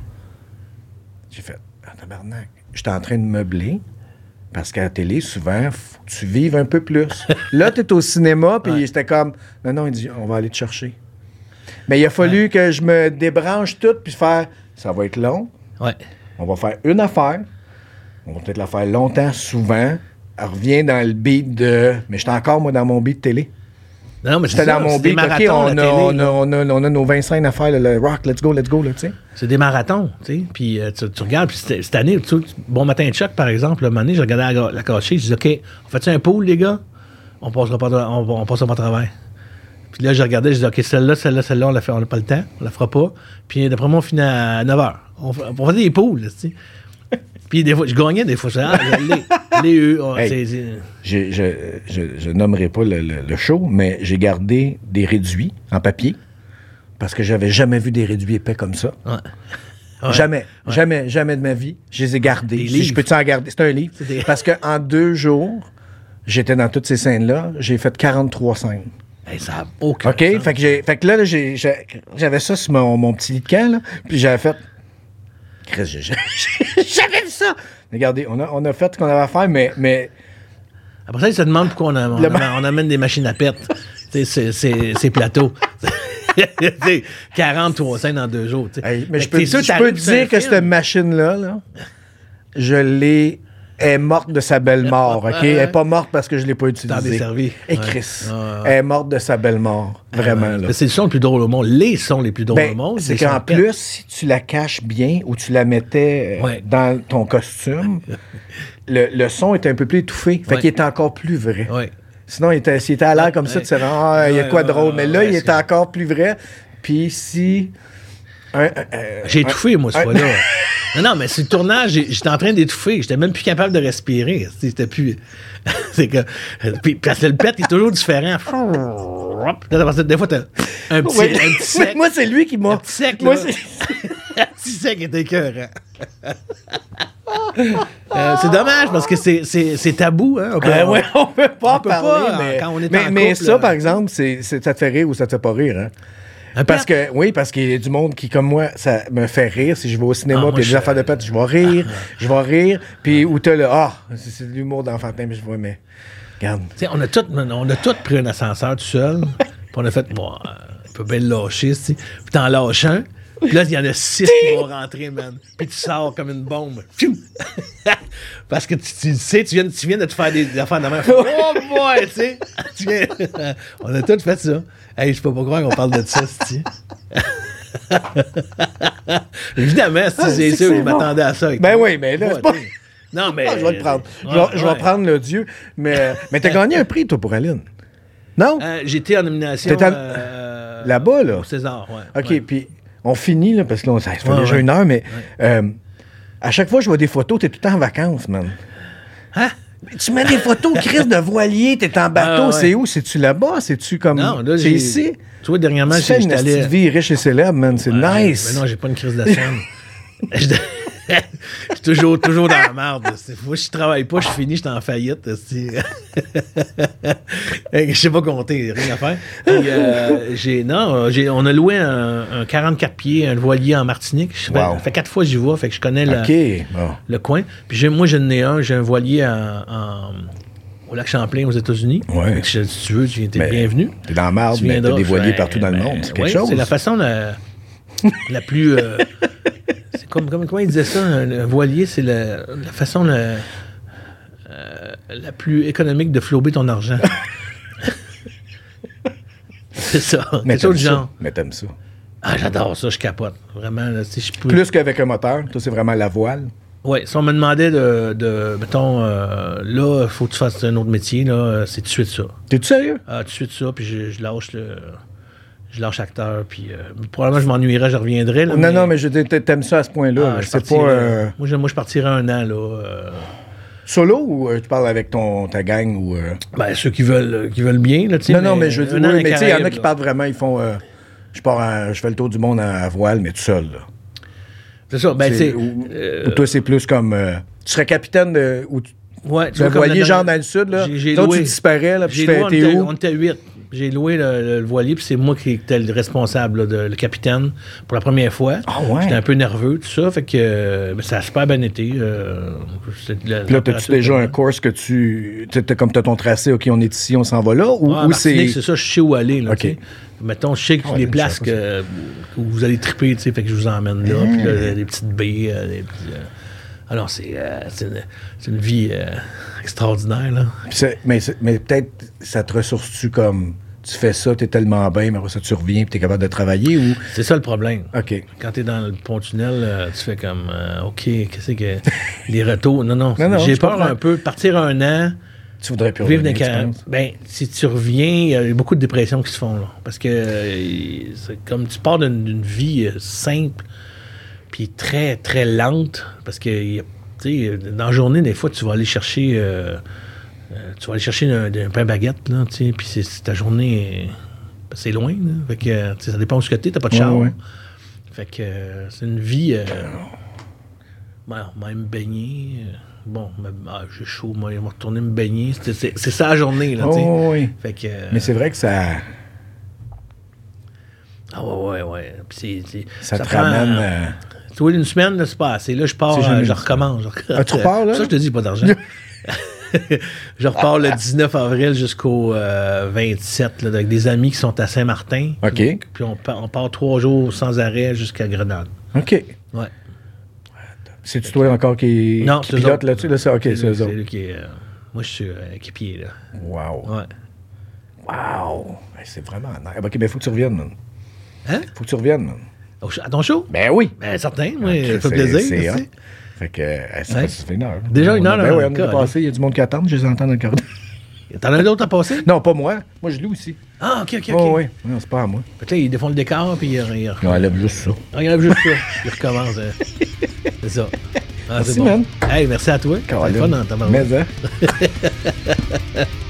J'ai fait, ah, tabarnak. J'étais en train de meubler, parce qu'à la télé, souvent, faut que tu vives un peu plus. Là, t'es au cinéma, puis ouais. J'étais comme, non, non, il dit, on va aller te chercher. Mais il a fallu ouais. que je me débranche tout, puis faire, ça va être long. Ouais. On va faire une affaire. On va peut-être la faire longtemps, souvent. Elle revient dans le beat de... Mais j'étais encore, moi, dans mon beat télé. Non, mais j'étais c'est dans ça, mon beat. OK, marathons, on, a, télé, on, a, on, a, on a nos vingt scènes à faire, le rock, let's go, let's go, là, tu sais. C'est des marathons, tu sais. Puis euh, tu, tu regardes, puis cette année, tu, Bon Matin de Choc, par exemple, le moment donné, je regardais la, la cachée, je dis, OK, on fait-tu un pool, les gars? On passera pas, on, on passera pas à travers. Puis là, je regardais, je disais, OK, celle-là, celle-là, celle-là, on l'a fait, on n'a pas le temps, on la fera pas. Puis d'après moi, on finit à neuf heures. On, on faisait des poules, tu sais. Puis des fois, je gagnais, des fois, je disais, ah, je l'ai, je l'ai eu. Oh, hey, c'est, c'est... Je, je, je, je nommerai pas le, le, le show, mais j'ai gardé des réduits en papier parce que j'avais jamais vu des réduits épais comme ça. Ouais. Ouais. Jamais, ouais. jamais, jamais de ma vie. Je les ai gardés. Des si livres. je peux-tu en garder? C'est un livre. C'est des... Parce qu'en deux jours, j'étais dans toutes ces scènes-là. J'ai fait quarante-trois scènes. Hey, ça n'a aucun OK? sens. Fait que, j'ai, fait que là, là j'ai, j'ai, j'avais ça sur mon, mon petit lit de camp, là, puis j'avais fait... Chris, j'ai, j'ai, j'avais vu ça! Regardez, on a, on a fait ce qu'on avait à faire, mais... mais... Après ça, ils se demandent pourquoi on, a, on, Le... amène, on amène des machines à pète. c'est, c'est, c'est, c'est plateau. quarante-trois scènes en deux jours. Hey, mais je peux, sûr, je peux te dire que cette machine-là, là, je l'ai... Elle est morte de sa belle mort, OK? Elle n'est pas morte parce que je ne l'ai pas utilisée. Servi. Et ouais. Chris, ouais. elle est morte de sa belle mort. Vraiment, ouais. là. Mais c'est le son le plus drôle au monde. Les sons les plus drôles ben, au monde. C'est qu'en plus, si tu la caches bien ou tu la mettais euh, ouais. dans ton costume, le, le son est un peu plus étouffé. Fait ouais. qu'il est encore plus vrai. Ouais. Sinon, il était, s'il était à l'air comme ouais. ça, tu sais, ah, il y a quoi de drôle. Mais là, ouais, il est encore plus vrai. Puis si... Un, euh, J'ai étouffé, moi, ce fois-là. Non, non, mais sur le tournage, j'étais en train d'étouffer. J'étais même plus capable de respirer. C'était plus... c'est que... Puis, parce que le pet est toujours différent. Là, des fois, t'as un petit, oui. un petit sec. Moi, c'est lui qui m'a... Un petit sec, moi, là. c'est... un petit sec était écœurant. euh, c'est dommage, parce que c'est, c'est, c'est tabou. Hein? On peut, euh, ouais, on peut pas on peut parler, pas, mais... quand on est mais, en couple, mais ça, là, par exemple, c'est, c'est, ça te fait rire ou ça te fait pas rire, hein? Un parce pet? que, oui, parce qu'il y a du monde qui, comme moi, ça me fait rire. Si je vais au cinéma, ah, puis il y a des je... affaires de pète, je vais rire, ah, je vais rire. Puis où t'as le, ah, c'est, c'est de l'humour d'enfantin, mais je vois, mais, regarde. T'sais, on a tous on a tout pris un ascenseur tout seul, puis on a fait, bon, on peut bien le lâcher, tu sais. Puis t'en lâches un, puis là, il y en a six qui vont rentrer, man. Puis tu sors comme une bombe. Parce que tu, tu sais, tu viens, tu viens de te faire des, des affaires de main. Oh boy, tu sais. Tu viens... on a tous fait ça. Hey, je peux pas croire qu'on parle de ça, c'ti. Évidemment, si ah, c'est sûr, je m'attendais à ça. Avec ben toi. oui, mais là, ouais, c'est pas... Non, mais... Ah, je vais le prendre. Ouais, je vais, je vais ouais. prendre le Dieu. Mais, mais t'as gagné un prix, toi, pour Aline. Non? Euh, j'étais en nomination... À... Euh, là-bas, là? Au César, ouais. OK, ouais. Puis on finit, là, parce que là, ça fait ouais, déjà ouais. une heure, mais ouais. euh, à chaque fois que je vois des photos, t'es tout le temps en vacances, man. Hein? Tu mets des photos, Chris, de voilier, t'es en bateau, ah, ouais. C'est où? C'est-tu là-bas? C'est-tu comme... Non, là, c'est j'ai... ici? Tu vois, dernièrement, tu j'ai... fais une petite vie riche et célèbre, man. C'est ouais, nice. Mais non, j'ai pas une crise de scène. Je suis toujours, toujours dans la merde. Moi, je travaille pas, je finis, je suis en faillite. Je sais pas compter, rien à faire. Puis, euh, j'ai, non, j'ai, on a loué un, un quarante-quatre pieds, un voilier en Martinique. Je fais, wow. Ça fait quatre fois que j'y vais, fait que je connais le, okay. oh. le coin. Puis j'ai, moi, j'en ai un, j'ai un voilier en, en, au lac Champlain, aux États-Unis. Ouais. Fait que je, si tu veux, tu es bienvenu. T'es dans la marde, mais t'as des voiliers ben, partout dans le monde. C'est quelque ouais, chose. C'est la façon la, la plus... Euh, c'est comme, comme, comment il disait ça, un, un voilier, c'est le, la façon le, euh, la plus économique de flouber ton argent. C'est ça. Mais c'est ça t'aimes le ça. genre. Mais t'aimes ça. Ah, j'adore ça, je capote. Vraiment, là, si je peux... Plus qu'avec un moteur, toi, c'est vraiment la voile. Oui, si on me demandait de, de mettons, euh, là, il faut que tu fasses un autre métier, là, c'est tout de suite ça. T'es-tu sérieux? Ah, tout de suite ça, puis je, je lâche le... Je lâche acteur, puis euh, probablement je m'ennuierais, je reviendrais. Là, non, mais... non, mais je dis, t'aimes ça à ce point-là. Ah, là. je C'est partirais- pas euh, moi, je, moi, je partirais un an, là. euh, solo ou euh, tu parles avec ton, ta gang ou... euh? Ben, ceux qui veulent, qui veulent bien, là, tu sais. Non, non, mais je veux un dire, an oui, dans mais tu sais, il y en a Caraïbes, qui là. partent vraiment, ils font... euh, je pars en- je fais le tour du monde à, à voile, mais tout seul, là. C'est ça, ben, C'est- c'est... ou, euh, ou toi, c'est plus comme... euh, tu serais capitaine de... Ou tu, ouais, tu un vois, comme voilier la- genre dans le sud, là. J'ai- j'ai Toi, loué- tu disparais, là, puis J'ai tu fais... loué, on T'es était- où? on était huit. J'ai loué le, le voilier, puis c'est moi qui étais le responsable, là, de, le capitaine, pour la première fois. Ah ouais? J'étais un peu nerveux, tout ça, fait que euh, ben, ça a super bien été. Euh, c'est de la- Puis là, t'as-tu température déjà était un course que tu... t'as- t'as- comme t'as ton tracé, OK, on est ici, on s'en va là, ou, Ah, ou Martinique, c'est... c'est ça, je sais où aller. Là, OK. tu sais. Mettons, je sais que Ah, les je places savais que, où vous allez triper, tu sais, fait que je vous emmène là. Puis là, des petites baies, euh, des petits, euh, alors, c'est, euh, c'est, une, c'est une vie euh, extraordinaire, là. Puis c'est- mais, c'est- mais peut-être, ça te ressource-tu comme... Tu fais ça, t'es tellement bien, mais après ça, tu reviens, puis t'es capable de travailler, ou... C'est ça le problème. OK. Quand t'es dans le pont-tunnel, euh, tu fais comme, euh, OK, qu'est-ce que... Les retours, non, non. Non, non, j'ai je peur comprends. un peu. Partir un an, Tu voudrais plus vivre dans revenir, tu Caraïbes. penses? Ben, si tu reviens, il y a beaucoup de dépressions qui se font, là. Parce que euh, c'est comme tu pars d'une, d'une vie euh, simple, puis très, très lente, parce que, il y a- tu sais, dans la journée, des fois, tu vas aller chercher... euh, euh, tu vas aller chercher un, un pain baguette, là, tu sais, puis c'est, c'est ta journée... euh, c'est loin, là. Fait que, euh, tu sais, ça dépend où tu es, t'as pas de Ouais, char. ouais. Fait que euh, c'est une vie... Euh, ben, même baigner... euh, bon, mais, ah, j'ai chaud, moi, je vais retourner me baigner. C'est, c'est, c'est ça la journée, là, tu sais. Oh, oui. Fait que... euh, Mais c'est vrai que ça, Ah ouais, ouais, ouais. Puis c'est, c'est- ça, te prend- ramène... euh, Tu vois, une semaine, là, c'est pas assez. Là, je pars, C'est jamais euh, je ça. recommence. je recommence. Ah, tu repars, là? Ça, je te dis, pas d'argent. Je repars le dix-neuf avril jusqu'au euh, vingt-sept, là, avec des amis qui sont à Saint-Martin. OK. Puis, puis on, part, on part trois jours sans arrêt jusqu'à Grenade. OK. Ouais. C'est-tu toi encore qui, Non, qui c'est eux pilote autres. là-dessus? Là, c'est OK, c'est eux c'est autres. lui qui est, euh, moi, je suis euh, équipier, là. Wow. Ouais. Wow. Ben, c'est vraiment nice. OK, ben, faut que tu reviennes, man. Hein? Faut que tu reviennes, man. Au ch- À ton show? Ben oui. Ben, certain, moi, Ok, ça fait c'est- plaisir. c'est tu hot. sais. Fait que, euh, ça Ouais. fait ça fait une heure. Déjà une heure, Ben là, oui, on est encore. passé. Il y a du monde qui attend. Je les entends dans le corridor. T'en as d'autres à passer? Non, pas moi. Moi, je loue aussi. Ah, OK, OK, OK. Oh, oui. Non, c'est pas à moi. Fait que là, ils défont le décor, puis ils... ils- Non, elle aime juste ça. Ah, il enlève juste ça. Il recommence. hein. C'est ça. Ah, Merci, c'est bon. man. Hey, merci à toi. C'est le fun, hein, tabarouette. Mais, hein?